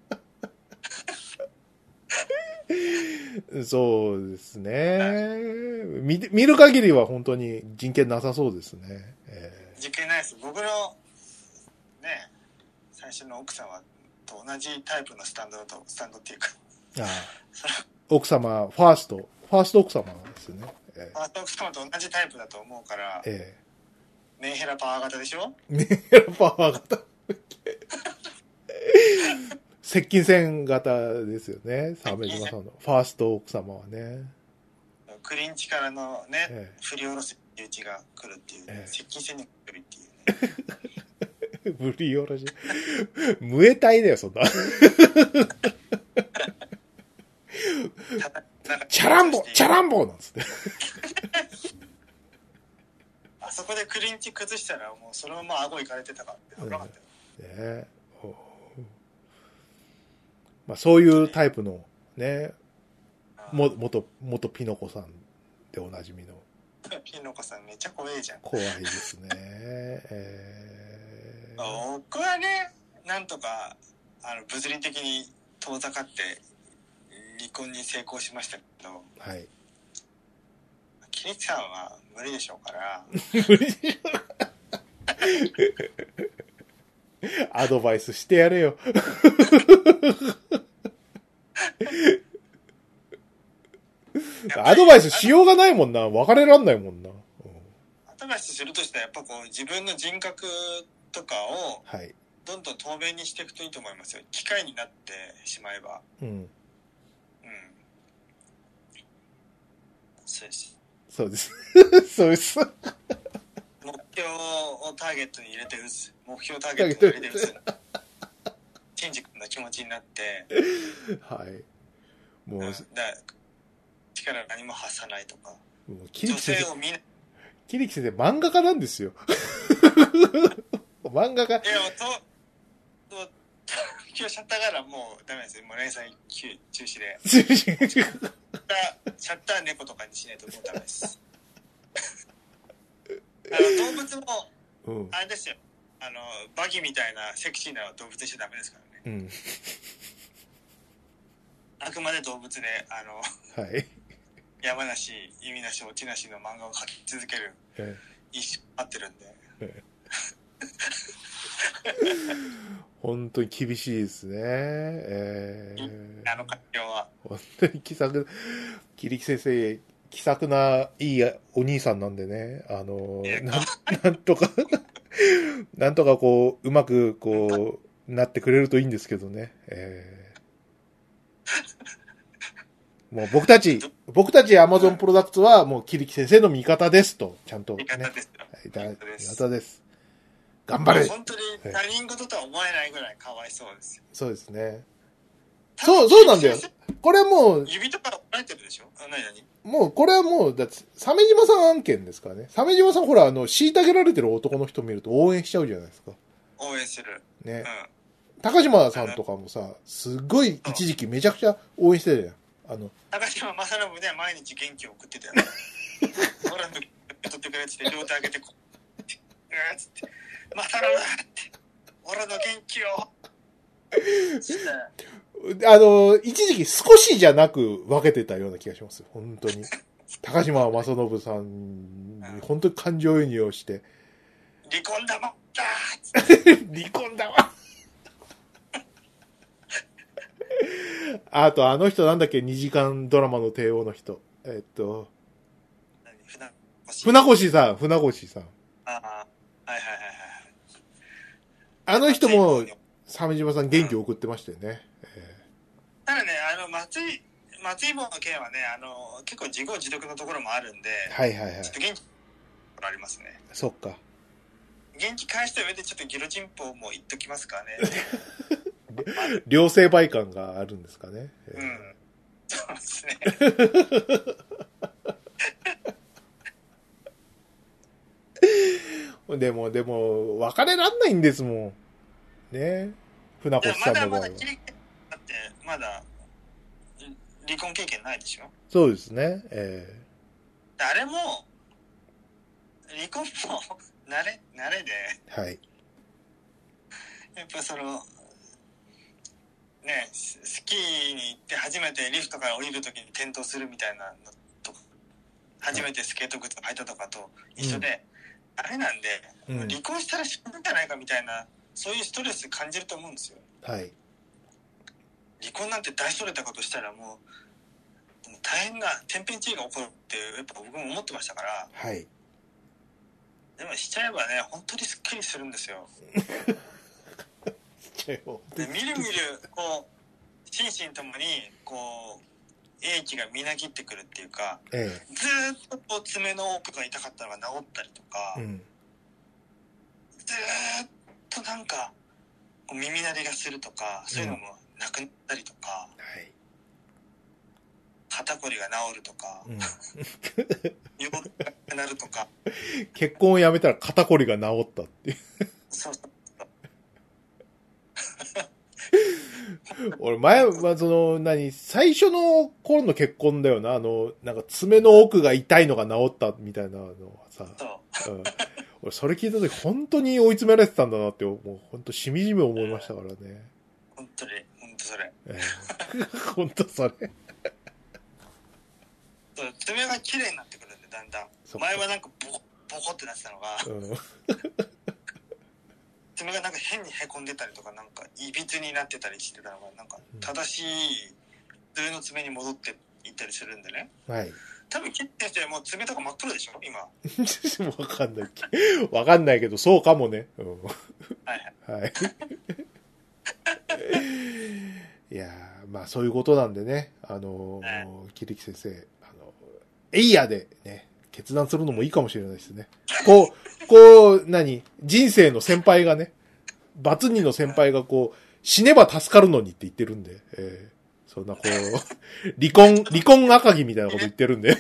そうですね。見、見る限りは本当に人権なさそうですね。 えー、人権ないです。僕のね、最初の奥様と同じタイプのスタンドと、スタンドっていうか。 ああ奥様、ファースト、ファースト奥様ですね。 えー、ファースト奥様と同じタイプだと思うから、 ええー、メンヘラパワー型でしょ？ メンヘラパワー型。接近戦型ですよね。鮫島さんの。ファースト奥様はね。 クリンチからのね、ええ、振り下ろす打ちが来るっていう、ね、ええ、接近戦に来るっていうね。 振り下ろし。ムエタイだよ、そんな。チャランボチャランボなんつって。 あそこでクリンチ崩したらもうそのまま顎いかれてたからって危なかったよ。 ねえ。まあ、そういうタイプのね、も元元ピノコさんでおなじみの。 ピノコさんめっちゃ怖いじゃん。 怖いですね。え僕はね、なんとか、あの、物理的に遠ざかって、離婚に成功しましたけど、 はい。 キリチさんは無理でしょうから。 アドバイスしてやれよ。アドバイスしようがないもんな。別れらんないもんな。うん、 アドバイスするとしたらやっぱこう自分の人格とかをどんどん透明にしていくといいと思いますよ。機械になってしまえば。うん。うん。そうです。 そうです。そうです。 目標をターゲットに入れて打つ。目標ターゲットに入れて打つ。シンジ君の気持ちになって。 はい。もう、うん、だ力何も発さないとか。 もう女性を見ない。キリキ先生漫画家なんですよ。漫画家。 いや、と、と、今日シャッターからもうダメですよ。もう連載中止で。シャッター猫とかにしないともうダメです。あの動物も、うん、あれですよ。あの、バギみたいなセクシーな動物にしちゃダメですからね。うん、あくまで動物で、あの、はい。山梨、意味なし、落ちなしの漫画を描き続ける、ええ、一生待ってるんで。ええ、本当に厳しいですね。えー、あの環境は。 本当に気さく、キリキ先生、気さくないいお兄さんなんでね、あの、な, なんとか、なんとかこう、うまくこう、なってくれるといいんですけどね。えー、もう僕たち、僕たち Amazon プロダクツはもうキリキ先生の味方ですと、ちゃんと、ね。味方ですよ。味方です。頑張れ。 本当に他人事とは思えないぐらいかわいそうですよ。 そうですね。そう、そうなんだよ。これはもう。 指とか折られてるでしょ？何何？ もう、これはもう、だって、鮫島さん案件ですからね。鮫島さんほら、あの、虐げられてる男の人見ると応援しちゃうじゃないですか。 応援する。 ね。うん、高島さんとかもさ、すっごい一時期めちゃくちゃ応援してたじゃん。あの、 高島正信ね、毎日元気を送ってたよね。俺の時取ってくれって言って、両手上げてこう、うんつって、正信って、俺の元気を。 あの、一時期少しじゃなく分けてたような気がします。本当に。高島正信さんに本当に感情移入をして。 離婚だもんだ離婚だわあと、あの人なんだっけ、にじかんドラマの帝王の人。えっと、船越さん、船越さん。 ああ、はいはいはいはい。 あの人も、鮫島さん元気を送ってましたよね。うん、えー、ただね、あの、松井、松井坊の件はね、あの、結構自業自得のところもあるんで、 はいはいはい。 ちょっと元気ありますね。 そっか。 元気返した上でちょっとギロチンポも言っときますからね。 両成敗感があるんですかね。 えー、うん。そうですね。でも、でも、別れらんないんですもん。ね。船越さんの場合は。まだまだ、だってまだ、離婚経験ないでしょ？ そうですね。えー、あれも、離婚も慣れ、慣れで。はい。やっぱその、ね、スキーに行って初めてリフトから降りるときに転倒するみたいなのとか、初めてスケート靴を履いたとかと一緒で、うん、あれなんで、うん、離婚したら死ぬんじゃないかみたいな、そういうストレス感じると思うんですよ。はい。離婚なんて大それたことしたらもう、大変な天変地異が起こるってやっぱ僕も思ってましたから。はい。でもしちゃえばね、本当にスッキリするんですよ。でみるみるこう心身ともにこう英気がみなぎってくるっていうか、ええ、ずーっとこう爪の奥が痛かったのが治ったりとか、うん、ずーっとなんか耳鳴りがするとか、そういうのもなくなったりとか、はい、肩こりが治るとか、うん、弱くなるとか。 結婚をやめたら肩こりが治ったっていう。そうそう。俺前はその何最初の頃の結婚だよな、あのなんか爪の奥が痛いのが治ったみたいなのはさ、うん、 俺それ聞いた時本当に追い詰められてたんだなって、もう本当しみじみ思いましたからね。 本当に、本当それ。 えー、本当それ。 そう爪が綺麗になってくるんで、だんだん。前はなんかボコ、ボコってなってたのが、うん、爪がなんか変にへこんでたりとか、なんかいびつになってたりしてたのが、なんか正しい普通の爪に戻っていったりするんでね。 はい。 多分切っててもう爪とか真っ黒でしょ今。 わかんない。わかんないけど、そうかもね。うん、 はいはい。はい。いやー、まあそういうことなんでね、あのー、桐木先生、あの、エイヤでね、決断するのもいいかもしれないですね。こう、こう、何人生の先輩がね、バツにの先輩がこう、死ねば助かるのにって言ってるんで、えー、そんなこう、離婚、離婚赤木みたいなこと言ってるんで。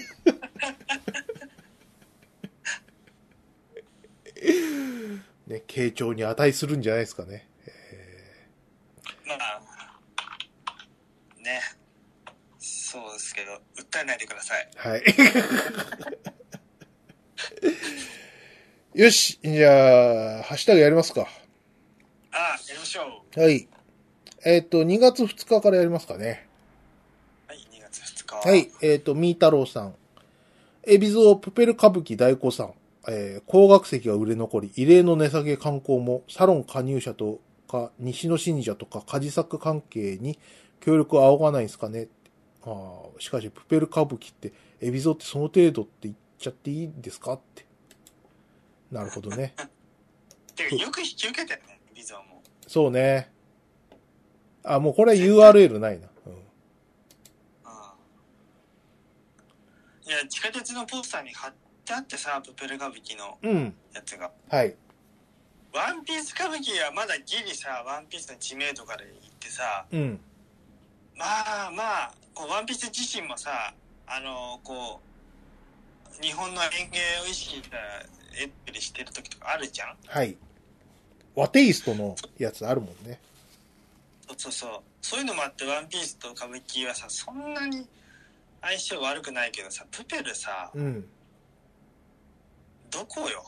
ね、傾聴に値するんじゃないですかね。 えー、まあ、ね。そうですけど、訴えないでください。 はい。よし、じゃあ、ハッシュタグやりますか。 ああ、やりましょう。はい。えっ、ー、と、にがつふつかからやりますかね。 はい、にがつふつか。 はい、えっ、ー、と、みーたろうさん。エビゾープペル歌舞伎大子さん。えー、高学籍が売れ残り、異例の値下げ観光も、サロン加入者とか、西野信者とか、カジサック関係に協力を仰がないんですかね。ああ、しかし、プペル歌舞伎って、エビゾーってその程度って言っちゃっていいんですかって。なるほどね。 てかよく引き受けてるね、ビザも。 そうね。あ、もうこれ ユーアールエル ないな。うん。 ああ。いや、地下鉄のポスターに貼ってあってさ、プペル歌舞伎のやつが。 うん、はい。 ワンピース歌舞伎はまだギリさ、ワンピースの知名度から言ってさ、 うん。 まあまあ、こうワンピース自身もさ、あの、こう、日本の演芸を意識したエップリしてる時とかあるじゃん。 はい。ワテイストのやつあるもんね。 そうそうそう。そういうのもあって、ワンピースと歌舞伎はさ、そんなに相性悪くないけどさ、プペルさ、 うん。 どこよ。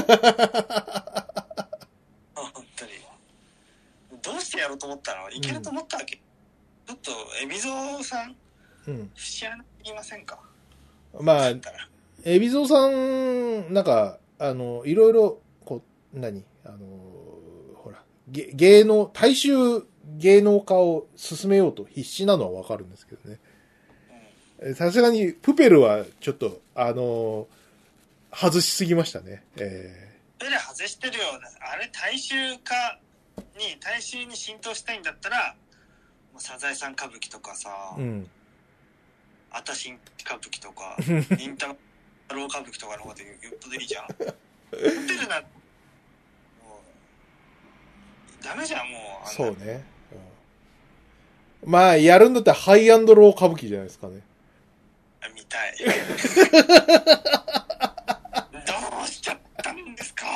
本当に。どうしてやろうと思ったの？いけると思ったわけ。うん、ちょっと、海老蔵さん、うん。節穴いませんか？ まあ、海老蔵さん、なんか、あの、いろいろ、こう、何あの、ほら、芸能、大衆芸能化を進めようと必死なのはわかるんですけどね。さすがに、プペルはちょっと、あの、外しすぎましたね。えー、プペル外してるよ。あれ、大衆化に、大衆に浸透したいんだったら、もうサザエさん歌舞伎とかさ、うん。あたしん歌舞伎とか、忍太郎歌舞伎とかの方でよっぽどいいじゃん。プペルな、もう、ダメじゃん、もう。 そうね。うん、まあ、やるんだったらハイアンドロー歌舞伎じゃないですかね。 見たい。どうしちゃったんですか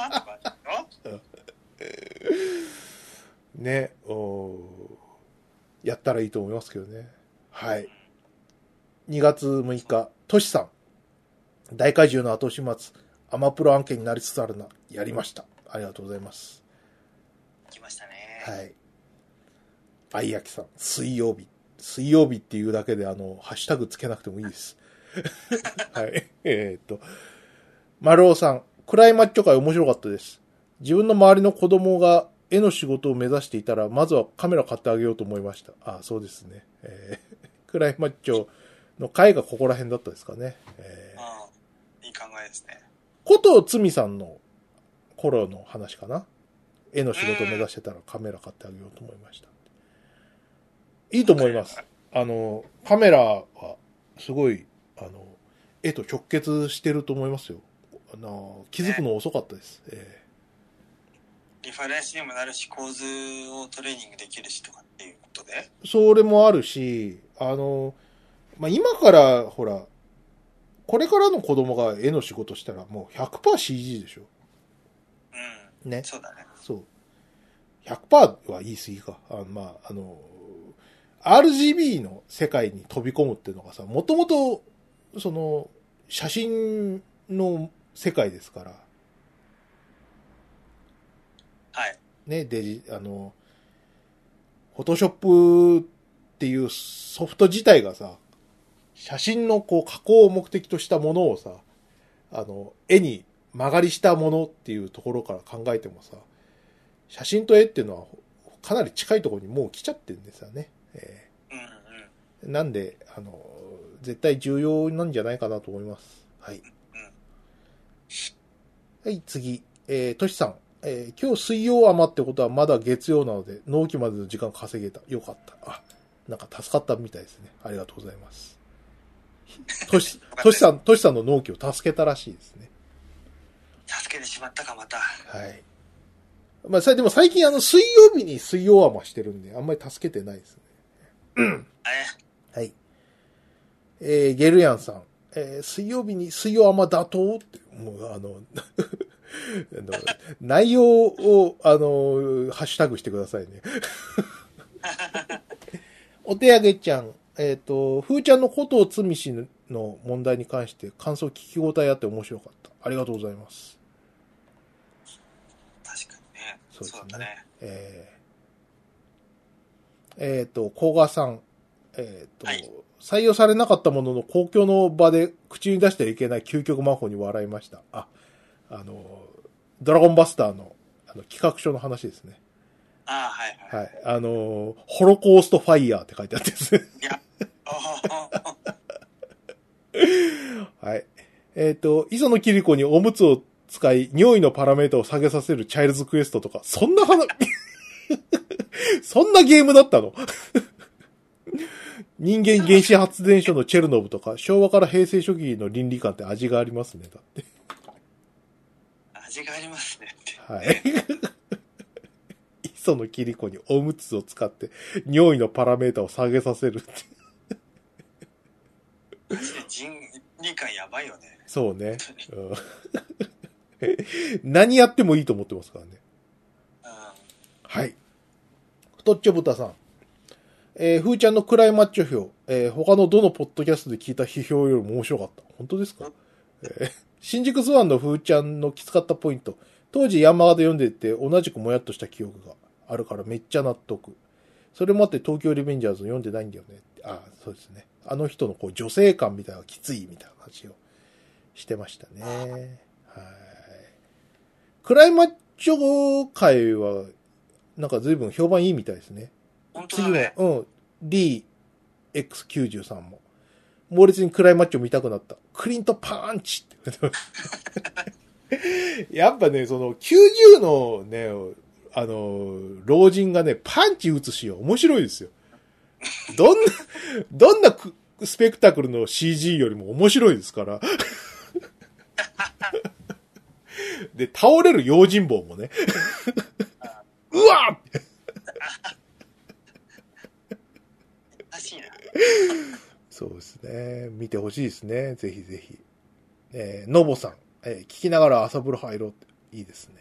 ね、おやったらいいと思いますけどね。はい。にがつむいか、トシさん。大怪獣の後始末、アマプロ案件になりつつあるな。やりました。ありがとうございます。 来ましたね。 はい。あいやきさん、水曜日。水曜日っていうだけで、あの、ハッシュタグつけなくてもいいです。はい。えー、っと、丸尾さん、クライマッチョ会面白かったです。自分の周りの子供が絵の仕事を目指していたら、まずはカメラ買ってあげようと思いました。ああ、そうですね。えー、クライマッチョの会がここら辺だったですかね。えー、 ああ、いい考えですね。 ことつみさんの頃の話かな。絵の仕事を目指してたらカメラ買ってあげようと思いました。いいと思います。あの、カメラはすごい、あの、絵と直結してると思いますよ。あの、気づくの遅かったです。ね、えー、リファレンスにもなるし、構図をトレーニングできるしとかっていうことで。 それもあるし、あの、まあ、今から、ほら、これからの子供が絵の仕事したらもう ひゃくパーセントシージー でしょ。 うん。 ね。 そうだね。 そう。ひゃくパーセント は言い過ぎか。あまあ、あの、アールジービー の世界に飛び込むっていうのがさ、もともと、その、写真の世界ですから、 はい。 ね、デジ、あの、フォトショップっていうソフト自体がさ、写真のこう加工を目的としたものをさ、あの、絵に曲がりしたものっていうところから考えてもさ、写真と絵っていうのはかなり近いところにもう来ちゃってるんですよね。えうんうん。 ーなんで、あの、絶対重要なんじゃないかなと思います。はい。はい、次。えー、としさん。えー、今日水曜余ってことはまだ月曜なので、納期までの時間稼げた。よかった。あ、なんか助かったみたいですね。ありがとうございます。とし、としさん、としさんの納期を助けたらしいですね。 助けてしまったか、また。 はい。まあ、さ、でも最近あの、水曜日に水曜余してるんで、あんまり助けてないですね。うん。はい。えー、ゲルヤンさん。えー、水曜日に水曜余妥当って、もうあの、あの内容を、あの、ハッシュタグしてくださいね。お手上げちゃん。えっ、と、ふーちゃんのことをつみしの問題に関して感想聞き応えあって面白かった。ありがとうございます。 確かにね。 そうですね。 そうだね。 えー、えっ、と、甲賀さん。えっ、と、はい、採用されなかったものの公共の場で口に出してはいけない究極魔法に笑いました。あ、あの、ドラゴンバスターのあの企画書の話ですね。 ああ、はいはい。 はい。あの、ホロコーストファイヤーって書いてあってですね。いや。はい。えっ、ー、と、磯野キリコにおむつを使い、尿意のパラメータを下げさせるチャイルズクエストとか、そんな話、そんなゲームだったの人間原子発電所のチェルノブとか、昭和から平成初期の倫理観って味がありますね、だって。 味がありますねって。 はい。磯野キリコにおむつを使って、尿意のパラメータを下げさせるって。 マジで人理解やばいよね。 そうね。うん、何やってもいいと思ってますからね。 うん、 はい。太っちょ豚さん。えー、ふーちゃんの暗いマッチョ票、えー、他のどのポッドキャストで聞いた批評よりも面白かった。本当ですか、えー、新宿スワンのふーちゃんのきつかったポイント。当時ヤンマガで読んでて同じくもやっとした記憶があるからめっちゃ納得。それもあって東京リベンジャーズ読んでないんだよね。ああ、そうですね。あの人のこう女性感みたいなのがきついみたいな話をしてましたね。はい。クライマッチョ界はなんか随分評判いいみたいですね。 本当だね。 次は、うん。ディーエックスきゅうじゅうさん も。猛烈にクライマッチョ見たくなった。クリントパンチってやっぱね、そのきゅうじゅうのね、あの、老人がね、パンチ打つシーン面白いですよ。どんな、どんなスペクタクルの シージー よりも面白いですから。で、倒れる用心棒もね。うわっらしいな。 そうですね。見てほしいですね。ぜひぜひ。えー、ノボさん、えー、聞きながら朝風呂入ろうって。いいですね。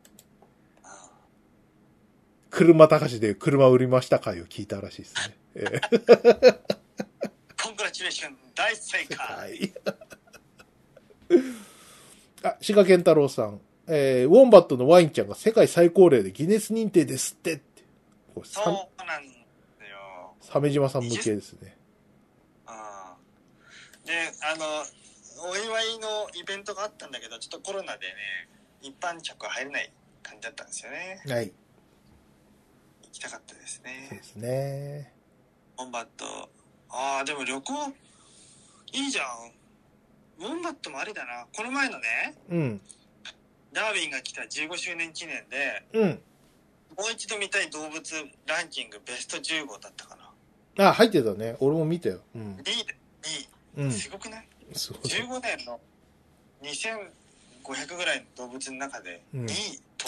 車高しで車売りました回を聞いたらしいですね。えー、 コングラチュレーション、大正解。 あ、志賀健太郎さん。えー、ウォンバットのワインちゃんが世界最高齢でギネス認定ですってって。 そうなんだよ。 鮫島さん向けですね。 あで、あの、お祝いのイベントがあったんだけど、ちょっとコロナでね、一般客は入れない感じだったんですよね。 はい。 行きたかったですね。 そうですね。 ウォンバット。ああ、でも旅行、いいじゃん。ウォンバットもありだな。この前のね、 うん。 ダーウィンが来たじゅうごしゅうねん記念で、 うん。 もう一度見たい動物ランキングベストじゅうごだったかな。 あ、入ってたね。俺も見たよ。うん。 にいで、にい。うん、すごくない？そうじゅうごねんのにせんごひゃくぐらいの動物の中でにいと、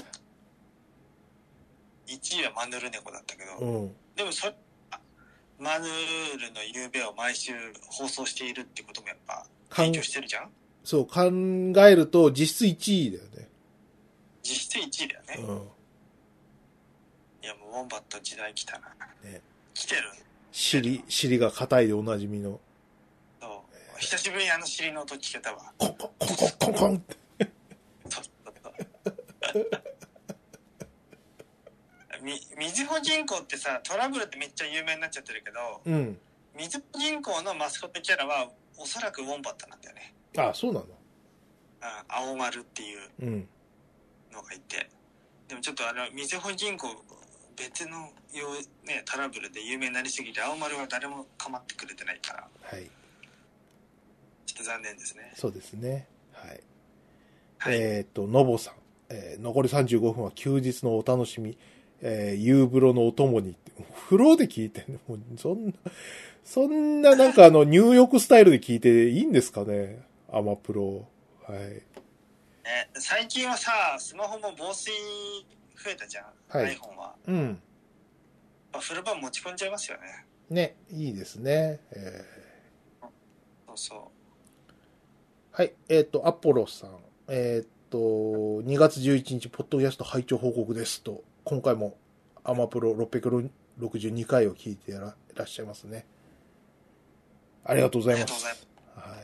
うん、いちいはマヌルネコだったけど、うん、でもそれマヌルの夕べを毎週放送しているってこともやっぱ影響してるじゃん。そう、考えると実質いちいだよね。 実質いちいだよね。うん、いやもうウォンバット時代来たな。ね、来てる。 尻、尻が硬いでおなじみの。 そう。えー、久しぶりにあの尻の音聞けたわ。 コンコンコンコンコンコンって。 みずほ銀行ってさ、トラブルってめっちゃ有名になっちゃってるけど、 うん。 みずほ銀行のマスコットキャラはおそらくウォンバットなんだよね。 あ、そうなの？ あ、青丸っていううん。 のがいて。でもちょっとあの、みずほ銀行別のよう、ね、トラブルで有名になりすぎて、青丸は誰も構ってくれてないから、 はい。 ちょっと残念ですね。 そうですね。はい。 はい、 えっ、と、のぼさん。えー残りさんじゅうごふんは休日のお楽しみ。えー夕風呂のお供にって。風呂で聞いてね。もうそんな、そんななんかあの入浴スタイルで聞いていいんですかね。アマプロ。はい。 え最近はさ、スマホも防水増えたじゃん、 はい iPhone は。 うん。 まあ、フル版持ち込んじゃいますよね。 ね、いいですね。えそうそう。 ーはい。えっ、と、アポロさん。えっ、と、にがつじゅういちにち、ポッドキャスト拝聴報告ですと、今回もアマプロろっぴゃくろくじゅうにかいを聞いてらいらっしゃいますね。ありがとうございます。 ありがとうはい。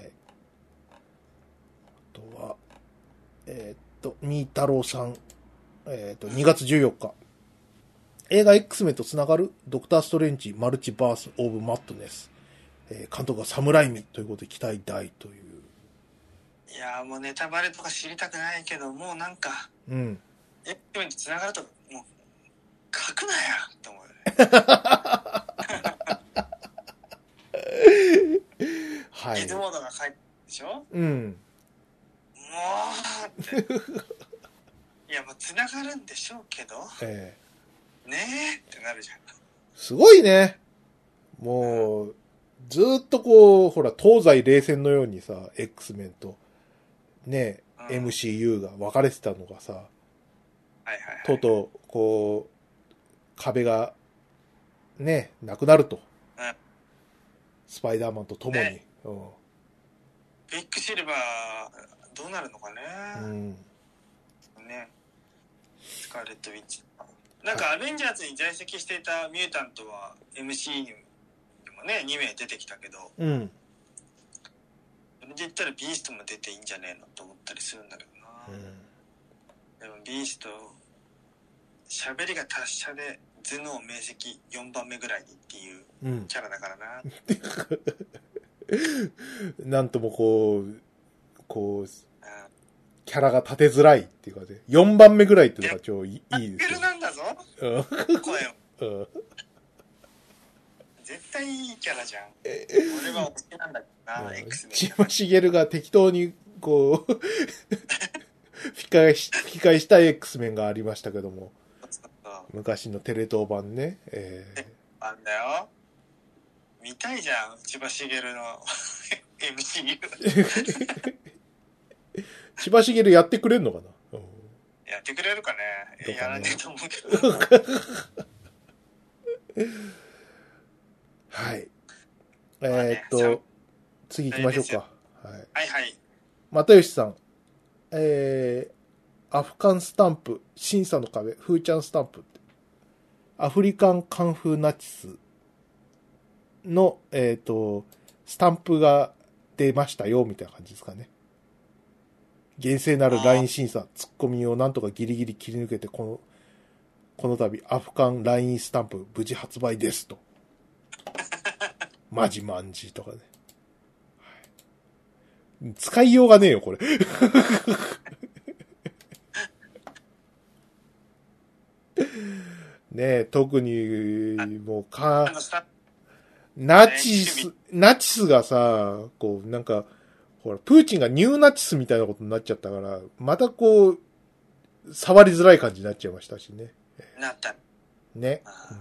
あとは、えっ、と、みーたろうさん。えっ、と、にがつじゅうよっか。映画 X メンとつながるドクター・ストレンジ・マルチバース・オブ・マットネス。えー監督がサムライミということで期待大という。 いやーもうネタバレとか知りたくないけど、もうなんか、 うん。 エッグメンと繋がると、もう、書くなよって思うよね。 はい。 ギズモードが書いてるでしょ。 うん。 もうっていやもう繋がるんでしょうけどえーねえってなるじゃん。 すごいね。もう、ずーっとこう、ほら、東西冷戦のようにさ、X メンと、ね、 うん、 エムシーユー が分かれてたのがさ、 はいはいはい、 とうとう、こう、壁が、ね、なくなると。 うん、 スパイダーマンと共に。 ね、ビッグシルバーどうなるのかね。 うん。 ね、スカーレット・ウィッチなんかアベンジャーズに在籍していたミュータントは エムシーユー にもねに名出てきたけど、 うん。 それで言ったらビーストも出ていいんじゃねえのと思ったりするんだけどな、 うん。 でもビースト喋りが達者で頭脳明晰よんばんめぐらいにっていううん。 キャラだからな、 なんともこう、こう、 うん、 キャラが立てづらいっていうかね、よんばんめぐらいっていうのが超いいいいですよ。 なんだぞうん声をうん絶対いいキャラじゃん。俺は推しなんだけどな、X メン。 千葉茂が適当にこう吹き返し吹き返した X メンがありましたけども、昔のテレ東版ね、えー、あんだよ見たいじゃん、千葉茂のエムシーユー千葉茂やってくれんのかな、うん、 やってくれるかね。 どうかねやらねえと思うけどはいまあね、 えー、っと次行きましょうか。はいはいはい。 又吉さん、えー、アフカンスタンプ審査の壁フーチャンスタンプアフリカンカンフーナチスの、えっ、と、スタンプが出ましたよ、みたいな感じですかね。厳正なる ライン 審査、ツッコミをなんとかギリギリ切り抜けて、この、この度、アフカン ライン スタンプ、無事発売ですと。マジマンジとかね。使いようがねえよ、これ。ねえ、特に、もう、か、ナチス、ナチスがさ、こう、なんか、ほら、プーチンがニューナチスみたいなことになっちゃったから、またこう、触りづらい感じになっちゃいましたしね。 なった。 ね。 うん。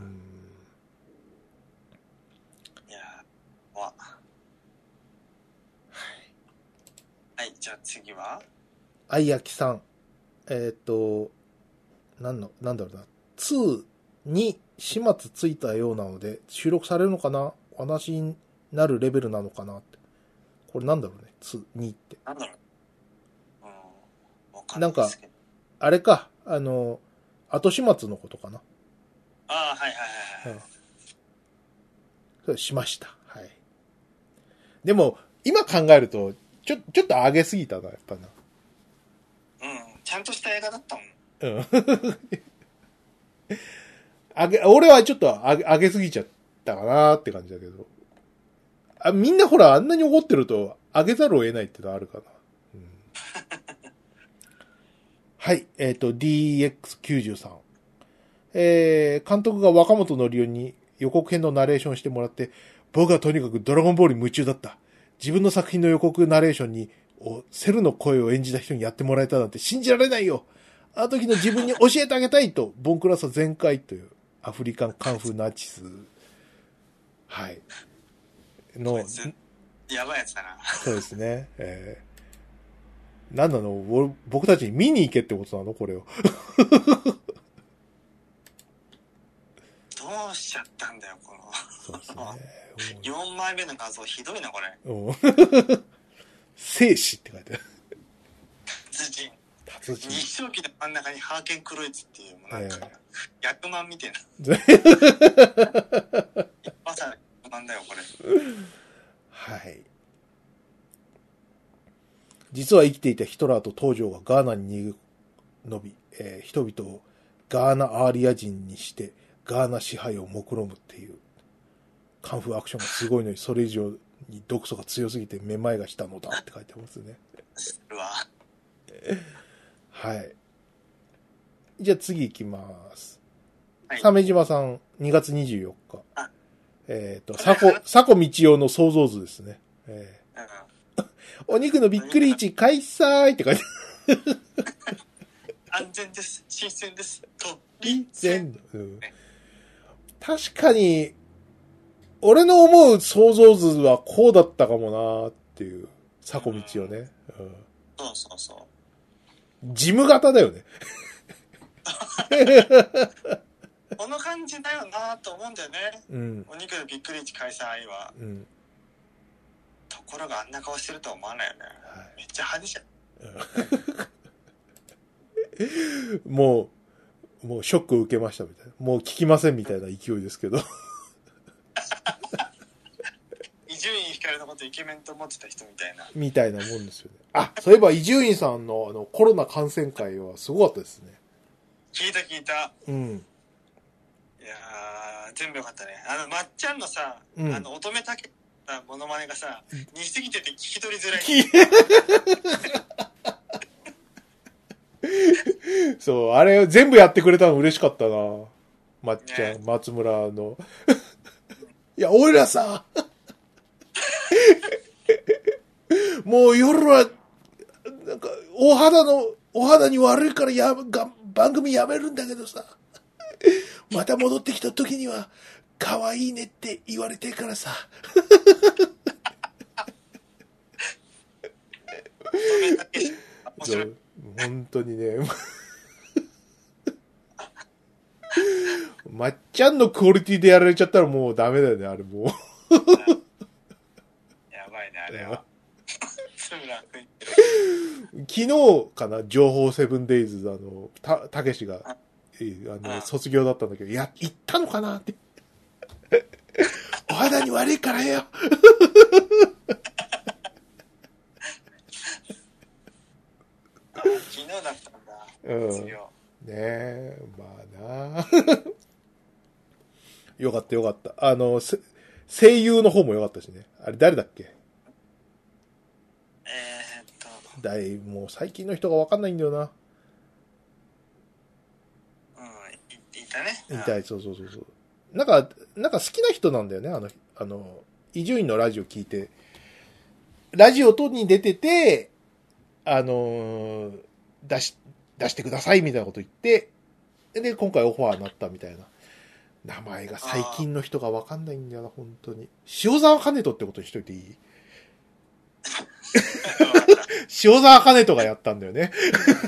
いやー、わ。はい、じゃあ次はあいやきさん。えっ、と、なんの、なんだろうな。にに始末ついたようなので、収録されるのかなお話になるレベルなのかなって。これなんだろうね。にって。 なんだろう。うん。わかんなかなんいですけど。、 あれか、あの、後始末のことかな。 ああ、はいはいはいはい。 うん。それしました。はい。でも、今考えると、ちょ、ちょっと上げすぎたな、やっぱな。 うん。ちゃんとした映画だったもん。 うん。 あげ、俺はちょっとあげ、あげすぎちゃったかなって感じだけど。あ、みんなほら、あんなに怒ってると、あげざるを得ないってのあるかな。うん、はい、えっ、ー、と、ディーエックスきゅうじゅうさん。えー、監督が若本のりおに予告編のナレーションしてもらって、僕はとにかくドラゴンボールに夢中だった。自分の作品の予告ナレーションに、セルの声を演じた人にやってもらえたなんて信じられないよ。あの時の自分に教えてあげたいと、ボンクラサ全開というアフリカンカンフーナチス。はい。の、 やばいやつだな。 そうですね。えー、なんなの僕たちに見に行けってことなのこれを。 どうしちゃったんだよ、この。 そうですね。 よんまいめの画像ひどいな、これ。 生死って書いてある。 達人。 達人。 日照記の真ん中にハーケンクロイツっていう、なんか、えー、役満みたいな。まさに役満だよ、これ。 はい。実は生きていたヒトラーと東条がガーナに逃げ延び、えー、人々をガーナアーリア人にして、ガーナ支配を目論むっていう、カンフーアクションがすごいのに、それ以上に毒素が強すぎてめまいがしたのだって書いてますね。 うわ。 はい。じゃあ次行きます。 はい、 鮫島さん、にがつにじゅうよっか。えっ、ー、と、佐古、佐古道夫の創造図ですね。えー、お肉のびっくり市開催って書いてある。 安全です。新鮮です。と、 り全部、うん。確かに、俺の思う想像図はこうだったかもなーっていう、佐古道夫ね、うん。 そうそうそう。 事務型だよね。 この感じだよなと思うんだよね。 うん。 お肉のびっくり市開催は。うん。ところがあんな顔してるとは思わないよね。はい、めっちゃ派手じゃん。もう、もうショックを受けましたみたいな。もう聞きませんみたいな勢いですけど。 伊集院光のことイケメンと思ってた人みたいな。 みたいなもんですよね。あ、そういえば伊集院さんのあのコロナ感染会はすごかったですね。 聞いた聞いた。 うん。いやー、全部よかったね。あの、まっちゃんのさ、うん、あの、乙女たけたモノマネがさ、似すぎてて聞き取りづらい。 そう、あれ全部やってくれたの嬉しかったな。まっちゃん、ね、松村の。いや、俺らさ、もう夜は、なんか、お肌の、お肌に悪いからやが、番組やめるんだけどさ、また戻ってきた時には、可愛いねって言われてからさ。そう、本当にね。まっちゃんのクオリティでやられちゃったらもうダメだよね、あれもう。 やばいね、あれは。 昨日かな、情報セブンデイズ、あの、た、たけしが、あの、卒業だったんだけど、いや、行ったのかなって。お肌に悪いからよ。 あ、昨日だったんだ。 うん。ねえ、まあな。よかったよかった。あの、声優の方もよかったしね。あれ誰だっけ？ えー、っと。 だい、もう最近の人がわかんないんだよな。 うん、い, いたね。 いたい、そうそうそうそう。なんか、なんか好きな人なんだよね、あの、あの、伊集院のラジオ聞いて。ラジオとに出てて、あの、出し、出してくださいみたいなこと言って、で、今回オファーになったみたいな。名前が最近の人がわかんないんだよな、本当に。塩沢兼人ってことにしといていい？塩沢兼人がやったんだよね。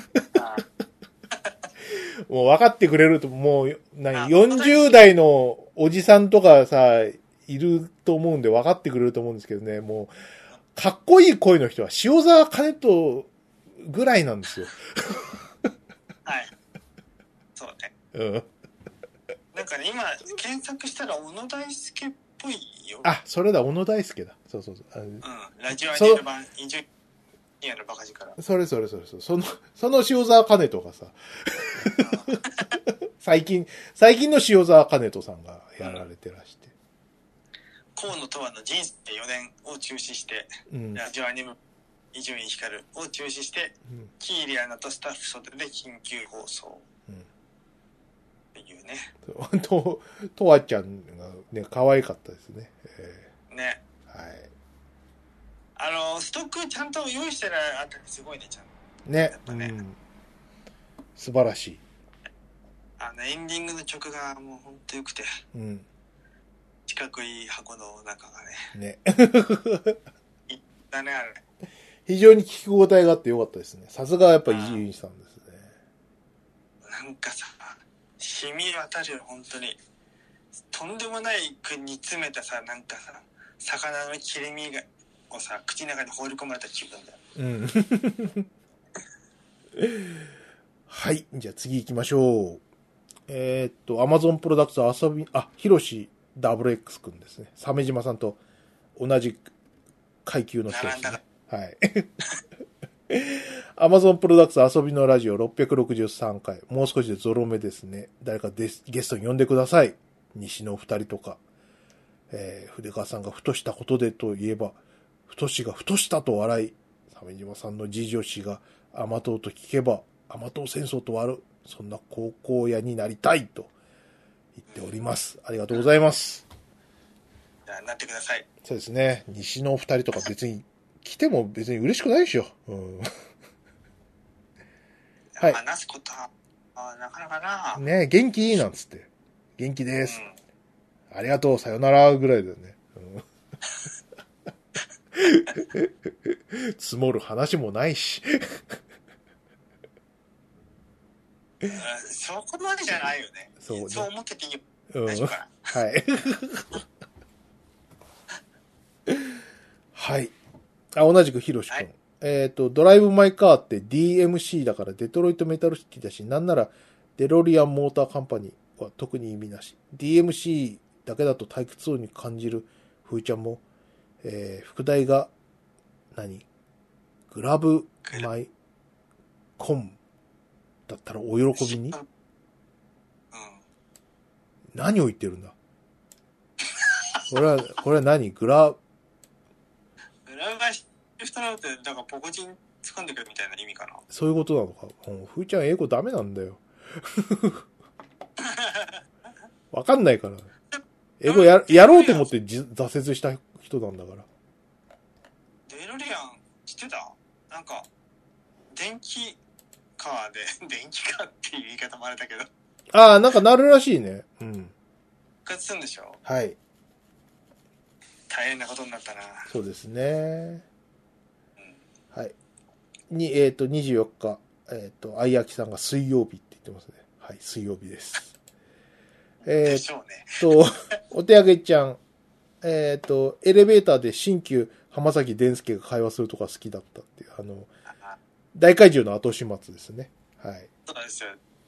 もう分かってくれると、もう、何、よんじゅう代のおじさんとかさ、いると思うんで分かってくれると思うんですけどね、もう、かっこいい声の人は塩沢兼人ぐらいなんですよ。 はい。そうね。 うん。 なんかね、今、検索したら、小野大輔っぽいよ。 あ、それだ、小野大輔だ。そうそうそう。うん。 ラジオアニメの版、インジュニアのバカ力。 それそれそれそれ。その、その塩沢兼人がさ、 最近、最近の塩沢兼人さんがやられてらして。 河野とわの人生よねんを中止して、うん、ラジオアニメ伊集院光を中止して、うん、キーリアナとスタッフ袖で緊急放送。うん、っていうね。 と、とわちゃんがね、可愛かったですね。えー、ね。 はい。 あの、ストックちゃんと用意してるあたりすごいね、ちゃんと。 ね。やっぱね、うん。素晴らしい。 あの、エンディングの曲がもうほんと良くて。うん。四角い箱の中がね。ね。いったね、あれ。 非常に聞き応えがあって良かったですね。さすがやっぱ伊集院さんですね。 なんかさ、染み渡るよ、本当に。とんでもないく煮詰めたさ、なんかさ、魚の切り身がをさ、口の中に放り込まれた気分だよ。うん。 はい。じゃあ次行きましょう。えー、っと、アマゾンプロダクツ遊び、あ、ヒロシ ダブリューエックス くんですね。鮫島さんと同じ階級の人ですね。はい。アマゾンプロダクツ遊びのラジオろっぴゃくろくじゅうさんかい。もう少しでゾロ目ですね。誰かゲストに呼んでください。西のお二人とか。えー、筆川さんがふとしたことでといえば、ふとしがふとしたと笑い、鮫島さんの次女氏が甘党と聞けば、甘党戦争と割る。そんな高校屋になりたいと言っております。ありがとうございます。 じゃあ、なってください。 そうですね。西のお二人とか別に来ても別に嬉しくないでしょ。うん、 はい。話すことはなかなかな。 ね、元気いいなんつって。元気です。うん、ありがとう、さよならぐらいだよね。うん、積もる話もないし。 そこまでじゃないよね。そうね。そう思ってていいよ。うん、大丈夫かな。 はい。はい。あ、同じくヒロシ君。はい、えっ、ー、と、ドライブ・マイ・カーって ディーエムシー だからデトロイト・メタルシティだし、なんならデロリアン・モーター・カンパニーは特に意味なし。ディーエムシー だけだと退屈そうに感じるふーちゃんも、えー、副題が何グラブ・マイ・コンだったらお喜びに、うん、何を言ってるんだこれは、これは何グラ、 グラが知る人なんて、だからポコチン掴んでくるみたいな意味かな。 そういうことなのか。うん、ふーちゃん英語ダメなんだよ。わかんないから。英語や、やろうと思って挫折した人なんだから。 デロリアン知ってた？なんか、電気カーで、電気カーっていう言い方もあれだけど。 ああ、なんかなるらしいね。うん。 復活するんでしょ？ はい。 大変なことになったな。 そうですね。うん、はい。に、えっ、ー、と、にじゅうよっか、えっ、ー、と、あいあきさんが水曜日って言ってますね。はい、水曜日です。えっと、お手上げちゃん、えっ、ー、と、エレベーターで新旧浜崎伝介が会話するとか好きだったっていう、あの、大怪獣の後始末ですね。はい。 そうですよ。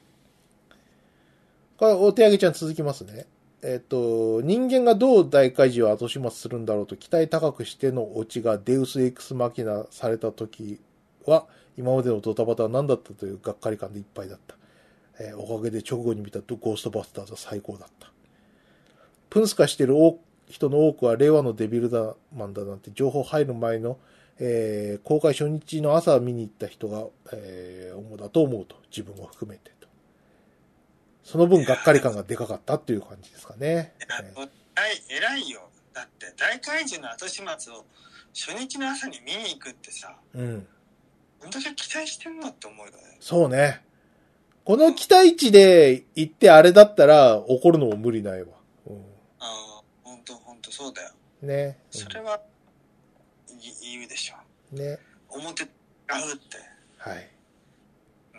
これ、お手上げちゃん続きますね。えっ、と、人間がどう大怪獣を後始末するんだろうと期待高くしてのオチがデウスエクスマキナされた時は、今までのドタバタは何だったというがっかり感でいっぱいだった。えー、おかげで直後に見たゴーストバスターズは最高だった。プンスカしてる人の多くは令和のデビルダマンだなんて情報入る前の、えー、公開初日の朝見に行った人が、えー、主だと思うと。自分も含めてと。その分がっかり感がでかかったっていう感じですかね。 いや、偉いよ。だって大怪獣の後始末を初日の朝に見に行くってさ。うん。どんだけ期待してんのって思うよね。 そうね。この期待値で行ってあれだったら怒るのも無理ないわ。うん、 ああ、ほんとほんとそうだよ。 ね。 うん、それは、言うでしょ。ね。表合うって。はい。 うん、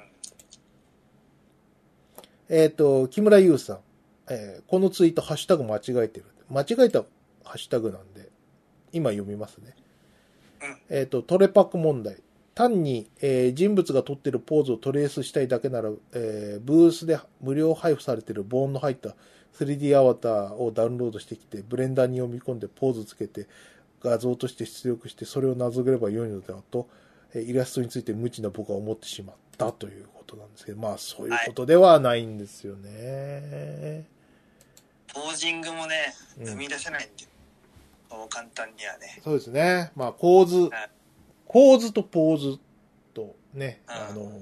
えっ、ー、と、木村優さん。えー、このツイートハッシュタグ間違えてる。間違えたハッシュタグなんで、今読みますね。うん、えっ、ー、と、トレパク問題。単に、えー、人物が撮ってるポーズをトレースしたいだけなら、えー、ブースで無料配布されているボーンの入った スリーディー アバターをダウンロードしてきて、ブレンダーに読み込んでポーズつけて画像として出力してそれをなぞげれば良いのだと、 イラストについて無知な僕は思ってしまったということなんですけど、まあそういうことではないんですよね。 ポージングもね、 うん生み出せないんで、そう簡単にはね。 そうですね。まあ構図、構図とポーズとね、 うんあの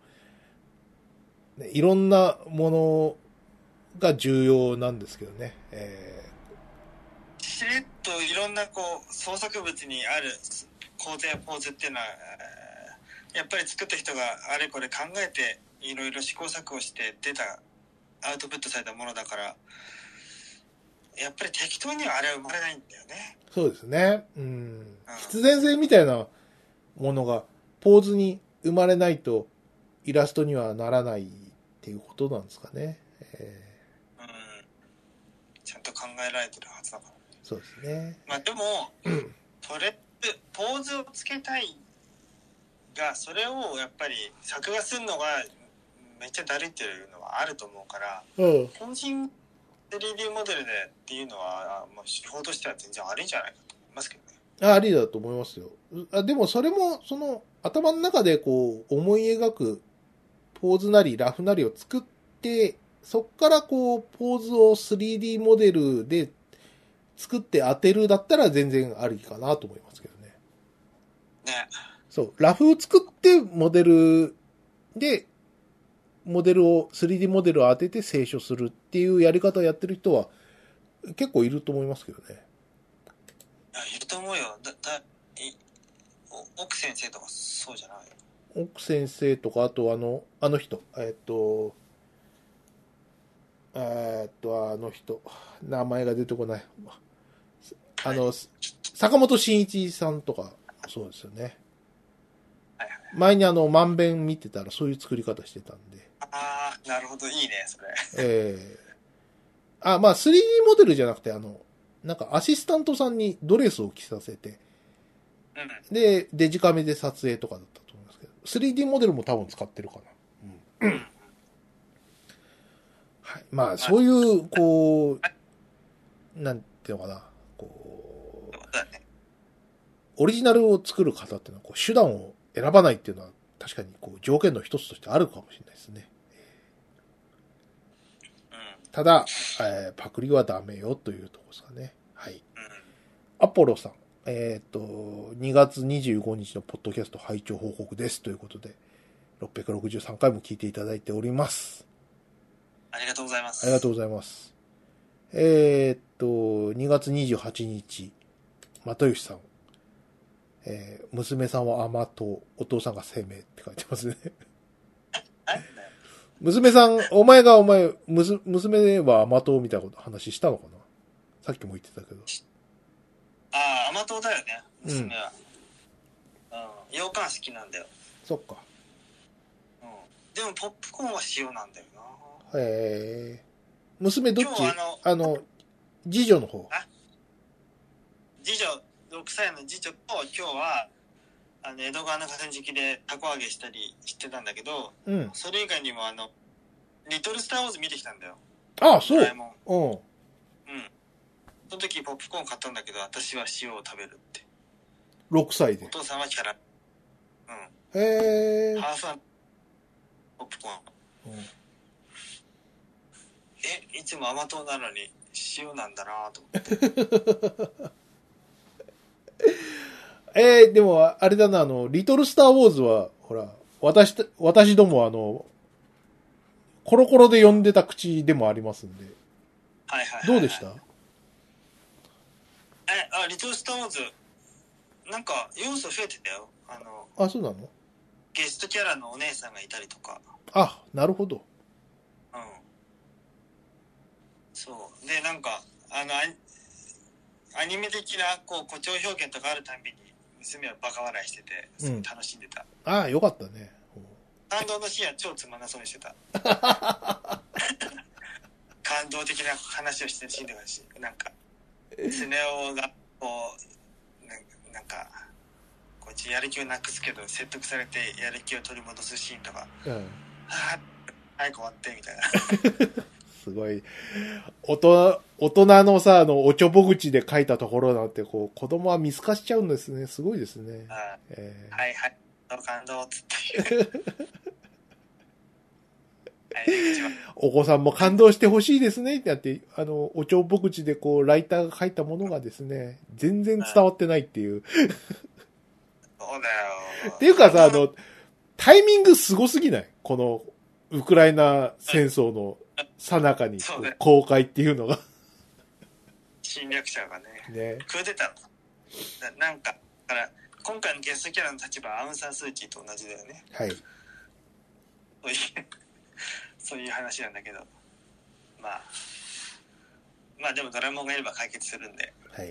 ね、いろんなものが重要なんですけどね。えしれっといろんなこう創作物にある構図やポーズっていうのは、えーやっぱり作った人があれこれ考えていろいろ試行錯誤して出たアウトプットされたものだから、やっぱり適当にはあれは生まれないんだよね。 ーそうですね。うん。 うん必然性みたいなものがポーズに生まれないとイラストにはならないっていうことなんですかね。えうん、ちゃんと考えられてるはずだから。 ーそうですね。 まあでも、それポーズをつけたいが、それをやっぱり作画するのがめっちゃだるいっていうのはあると思うから、 うん。 本人 スリーディー モデルでっていうのは、もう手法としては全然悪いんじゃないかと思いますけどね。 あ、ありだと思いますよ。あでもそれも、その、頭の中でこう、思い描くポーズなりラフなりを作って、そっからこう、ポーズを スリーディー モデルで作って当てるだったら全然ありかなと思いますけどね。 ね。 そう、ラフを作ってモデルで、モデルを、スリーディー モデルを当てて清書するっていうやり方をやってる人は結構いると思いますけどね。 いや、いると思うよ。だ、だ、い、お奥先生とかそうじゃない？ 奥先生とか、あとあの、あの人、えっと、えっと、あの人、名前が出てこない。あの、坂本慎一さんとか、そうですよね。 はいはい。 前にあの、まんべん見てたらそういう作り方してたんで。 ああ、なるほど、いいね、それ。 ええあ、まあ スリーディー モデルじゃなくて、あの、なんかアシスタントさんにドレスを着させて、 うん。 で、デジカメで撮影とかだったと思いますけど、スリーディー モデルも多分使ってるかな。うん。はい。まあ、そういう、こう、なんていうのかな、こう、 そうだね。 オリジナルを作る方っていうのは、こう、手段を選ばないっていうのは、確かに、こう、条件の一つとしてあるかもしれないですね。 うん。 ただ、えーパクリはダメよというところですかね。はい。 うん。 アポロさん。えっ、と、にがつにじゅうごにちのポッドキャスト拝聴報告ですということで、ろっぴゃくろくじゅうさんかいも聞いていただいております。 ありがとうございます。 ありがとうございます。えっ、と、にがつにじゅうはちにち、又吉さん。えー娘さんは甘党、お父さんが生命って書いてますね。 はい。 娘さん、お前がお前、むす娘は甘党みたいなこと話したのかな、さっきも言ってたけど。 ああ、甘党だよね、娘は。うん。羊羹好きなんだよ。 そっか。 うん。でも、ポップコーンは塩なんだよな。 へえ。娘どっち？ 今日あのあの、次女の方。 次女、ろくさいの次女と今日は、あの、江戸川の河川敷でたこ揚げしたりしてたんだけど、 うん。 それ以外にもあの、リトルスターウォーズ見てきたんだよ。 ああ、そうドラえ。もん。 うん。 うん。その時ポップコーン買ったんだけど、私は塩を食べるって。 ろくさいでお。父さんはキャラ。うへえん。。ハーフはポップコーン。 うんえ、いつも甘党なのに塩なんだなと思って。 えー、でも、あれだな、あの、リトルスターウォーズは、ほら、私た、私どもあの、コロコロで呼んでた口でもありますんで。 はいはいはいはい。 どうでした？ え、あ、リトルスターウォーズ、なんか要素増えてたよ。あの、 あ、そうなの？ ゲストキャラのお姉さんがいたりとか。 あ、なるほど。 うん。そう。で、なんか、あの、アニアニメ的な、こう、誇張表現とかあるたびに、娘はバカ笑いしてて、すごい楽しんでた。 ああ、よかったね。 感動のシーンは超つまんなそうにしてた。感動的な話をしてるシーンとかし、なんか、スネ夫が、こう、ななんか、こいつやる気をなくすけど、説得されてやる気を取り戻すシーンとか、 うん。 はぁ、早く終わって、みたいな。 すごい。大人、大人のさ、あの、おちょぼ口で書いたところなんて、こう、子供は見透かしちゃうんですね。すごいですね。 あえーはいはい。 動感動っつってはい出口はお子さんも感動してほしいですねってやって、あの、おちょぼ口でこう、ライターが書いたものがですね、全然伝わってないっていう。 そうだよっていうかさ、あの、タイミングすごすぎないこの、ウクライナ戦争の最中にそうね公開っていうのが。 侵略者がねね。 クーデターななんかだから今回のゲストキャラの立場はアウン・サン・スー・チーと同じだよね。 はい。 そういうそういう話なんだけど、まあまあでもドラえもんがいれば解決するんで。 はい。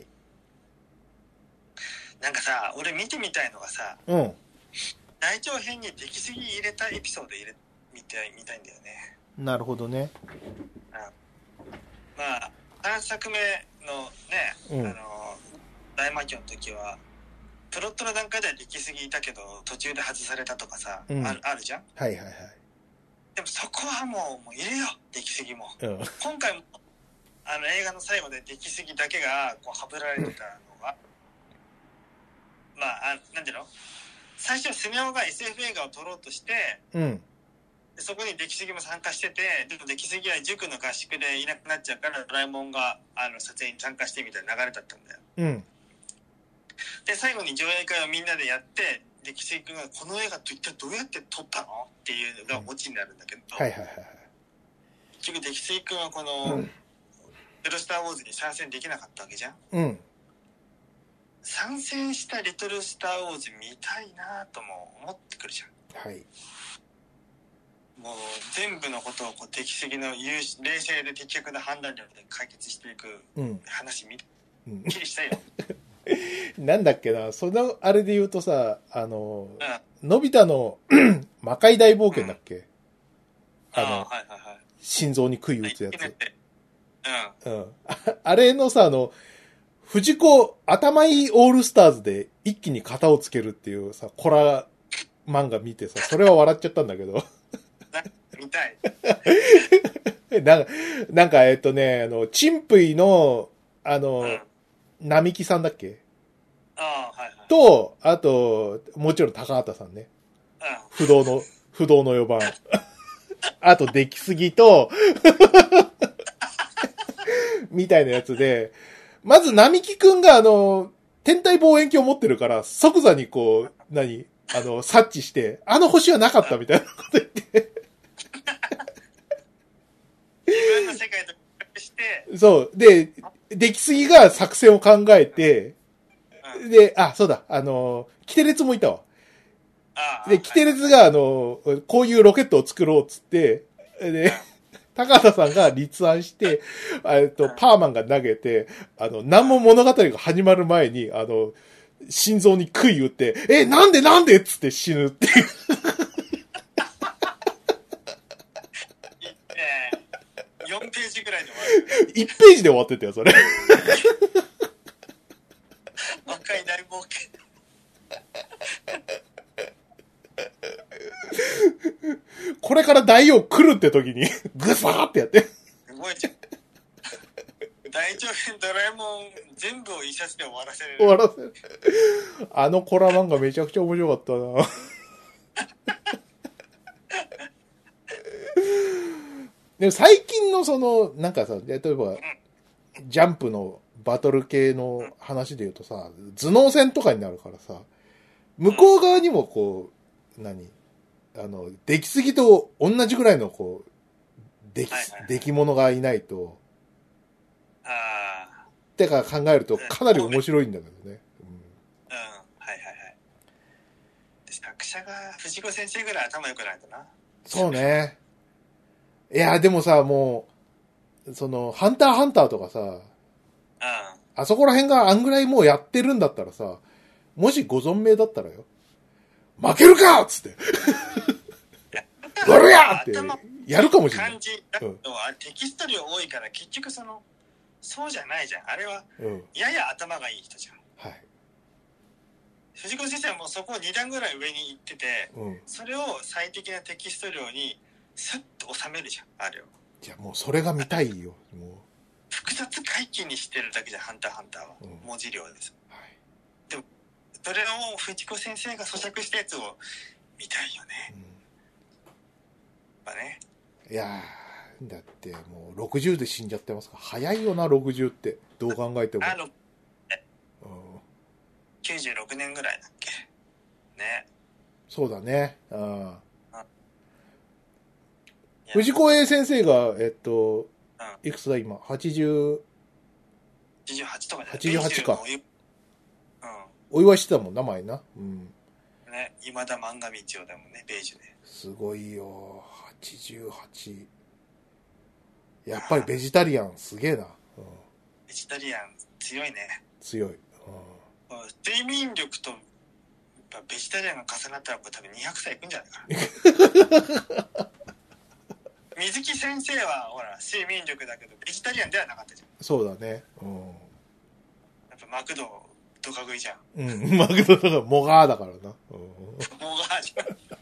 なんかさ、俺見てみたいのがさ、 うん。 大長編に出来すぎ入れたエピソード入れ見てみたいんだよね。 なるほどね。 うん、まあさんさくめのね、 うん、 あの大魔教の時はプロットの段階では出来すぎいたけど途中で外されたとかさ、うん、あるあるじゃん。 はいはいはい。 でもそこはもうもう入れよ出来すぎも、 うん、 今回もあの映画の最後で出来すぎだけがこうはぶられてたのが、うん、まああなんていうの、最初スネ夫が エスエフ 映画を撮ろうとして、うん、そこに出来すぎも参加してて、でも出来すぎは塾の合宿でいなくなっちゃうからドラえもんがあの撮影に参加してみたいな流れだったんだよ、うん、で最後に上映会をみんなでやって出来すぎ君がこの映画と一体どうやって撮ったのっていうのがオチになるんだけど、うん、はいはいはい、結局出来すぎ君はこの、うん、リトルスターウォーズに参戦できなかったわけじゃん、うん、参戦したリトルスターウォーズ見たいなとも思ってくるじゃん。はい。もう全部のことをこう出来すぎの冷静で的確な判断力で解決していく話見、うん、きりしたよ。 なんだっけな、そのあれで言うとさ、あの、うん、のび太の魔界大冒険だっけ、うん、あの、あ、はいはいはい、心臓に杭打つやつ。うん。うん。あれのさ、あの、藤子頭いいオールスターズで一気に型をつけるっていうさ、コラ漫画見てさ、それは笑っちゃったんだけど。見たい。なんか、なんか、えっとね、あの、チンプイの、あの、うん、並木さんだっけ、ああ、はいはい。と、あと、もちろん高畑さんね。うん、不動の、不動のよばん。あと、出来すぎと、みたいなやつで、まず、並木くんが、あの、天体望遠鏡を持ってるから、即座にこう、何あの、察知して、あの星はなかったみたいなこと言って。自分の世界と比較して。そう。で、出来すぎが作戦を考えて、うん、で、あ、そうだ、あの、キテレツもいたわ。で、キテレツが、あの、こういうロケットを作ろうっつって、で、高畑さんが立案して、えっと、パーマンが投げて、あの、何も物語が始まる前に、あの、心臓に杭打って、え、なんでなんでっつって死ぬっていう。よんページぐらいで終わる。いちページで終わってたよ、それ。若い大冒険。これから大王来るって時に、ぐさーってやって。すごいじゃん。大長編ドラえもん全部を一冊で終わらせる。終わらせる。あのコラ漫画めちゃくちゃ面白かったな。でも最近のその、なんかさ、例えば、ジャンプのバトル系の話で言うとさ、頭脳戦とかになるからさ、向こう側にもこう、何あの、出来すぎと同じぐらいのこう、出来、出来物がいないと、ああ。ってか考えるとかなり面白いんだけどね。うん。うん、はいはいはい。作者が藤子先生ぐらい頭良くないとな。そうね。いや、でもさ、もう、その、ハンターハンターとかさ、うん。あそこら辺があんぐらいもうやってるんだったらさ、もしご存命だったらよ、負けるかっつって。やるやってやるかもしれない。感じだと、うん、テキスト量多いから結局その、そうじゃないじゃん。あれは、うん、やや頭がいい人じゃん。はい。藤子先生はもうそこをに段ぐらい上に行ってて、うん、それを最適なテキスト量にスッと収めるじゃん、あれを。いや、もうそれが見たいよ。もう複雑回帰にしてるだけじゃん、ハンターハンターは。うん、文字量です。はい。でも、 それを藤子先生が咀嚼したやつを見たいよね。まあね。 いやー、だってもうろくじゅうで死んじゃってますから、早いよな、ろくじゅうって。どう考えても。 あの、 うん、 きゅうじゅうろくねんぐらいだっけ。ね。 そうだね。うん。藤子 A 先生が、えっと、うん、いくつだ今 ?はちじゅう。はちじゅうはちとかじゃない？ はちじゅうはちか。 うん。 お祝いしてたもん、名前な。うん。 ね、今田漫画道をだもんね、ベージュで。 すごいよ。はちじゅうはち。やっぱりベジタリアン、すげえな。うん。 ベジタリアン、強いね。 強い。うん。 睡眠力と、ベジタリアンが重なったら、これ多分にひゃくさいいくんじゃないかな。水木先生は、ほら、睡眠力だけど、ベジタリアンではなかったじゃん。 そうだね。うん。 やっぱマクド、ドカ食いじゃん。 うん、マクドとかモガーだからな。うん、モガーじ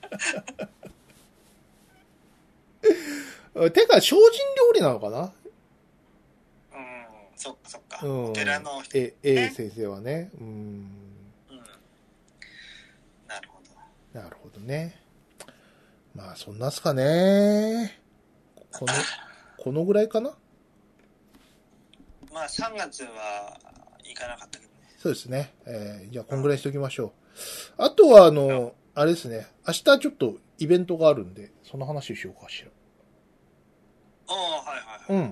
ゃん。てか、精進料理なのかな？ うん、そっかそっか。 うん、 お寺の人、 ね。え、A 先生はね。うん。うん。 なるほど。なるほどね。まあ、そんなっすかね。この、このぐらいかな？ まあ、さんがつは行かなかったけどね。 そうですね。えー、じゃあ、こんぐらいにしておきましょう。あとは、あの、あれですね。明日ちょっとイベントがあるんで、その話をしようかしら。 ああ、はいはいはい。 うん。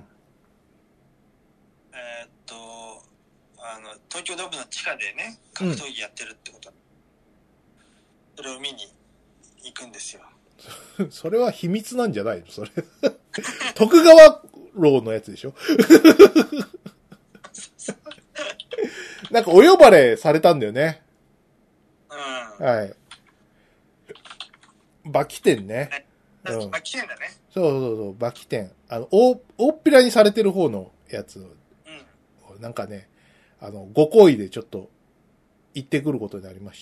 えー、っと、あの、東京ドームの地下でね、格闘技やってるってこと、うん、それを見に行くんですよ。 それは秘密なんじゃないのそれ。徳川楼のやつでしょなんかお呼ばれされたんだよね。うん。はい。バキ店ね。 うん。バキ店だね。 そうそうそう、バキ店。あの、大、大っぴらにされてる方のやつ。うん。なんかね、あの、ご好意でちょっと行ってくることになりまして。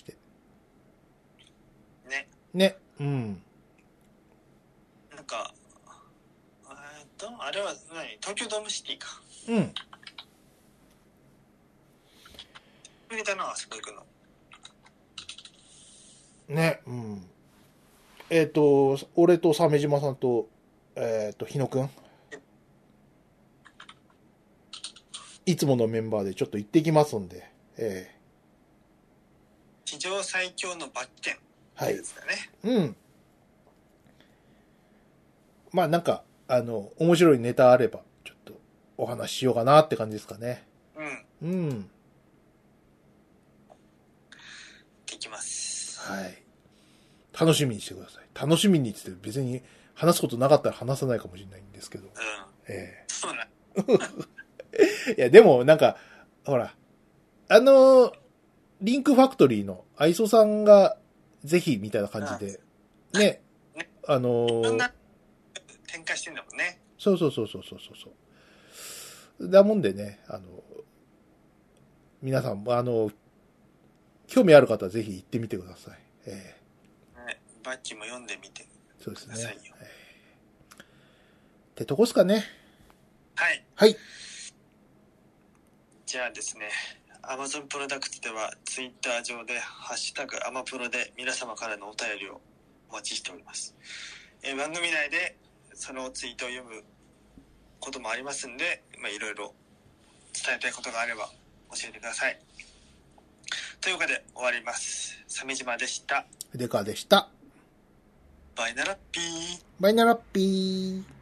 ね。 ね。うん。 なんか、えっと、あれは何？東京ドームシティか。 うん。 無理だな、あそこ行くの。 ね、うん。えっ、ー、と、俺と鮫島さんと、えっ、ー、と、日野くん。いつものメンバーでちょっと行ってきますんで、ええー。史上最強のバッキ店。 はい。 ですよね。 うん。まあなんか、あの、面白いネタあれば、ちょっとお話ししようかなって感じですかね。うん。うん。 できます。 はい。楽しみにしてください。楽しみにって別に話すことなかったら話さないかもしれないんですけど。うん。ええー。 そうな。 いや、でもなんか、ほら、あの、リンクファクトリーの愛想さんがぜひみたいな感じで、ね、ねあのー、 展開してんだもんね。 そうそうそうそうそうそう。だもんでね、あの、皆さん、あの、興味ある方はぜひ行ってみてください。えーね、バッジも読んでみてくださいよ。そうですね。えー、ってとこっすかね。 はい。 はい。 じゃあですね、Amazon プロダクツでは Twitter 上でハッシュタグアマプロで皆様からのお便りをお待ちしております。えー、番組内でそのツイートを読むこともありますんで、まあ、いろいろ伝えたいことがあれば教えてください。というわけで終わります。鮫島でした。 デカでした。 バイナラッピー。 バイナラッピー。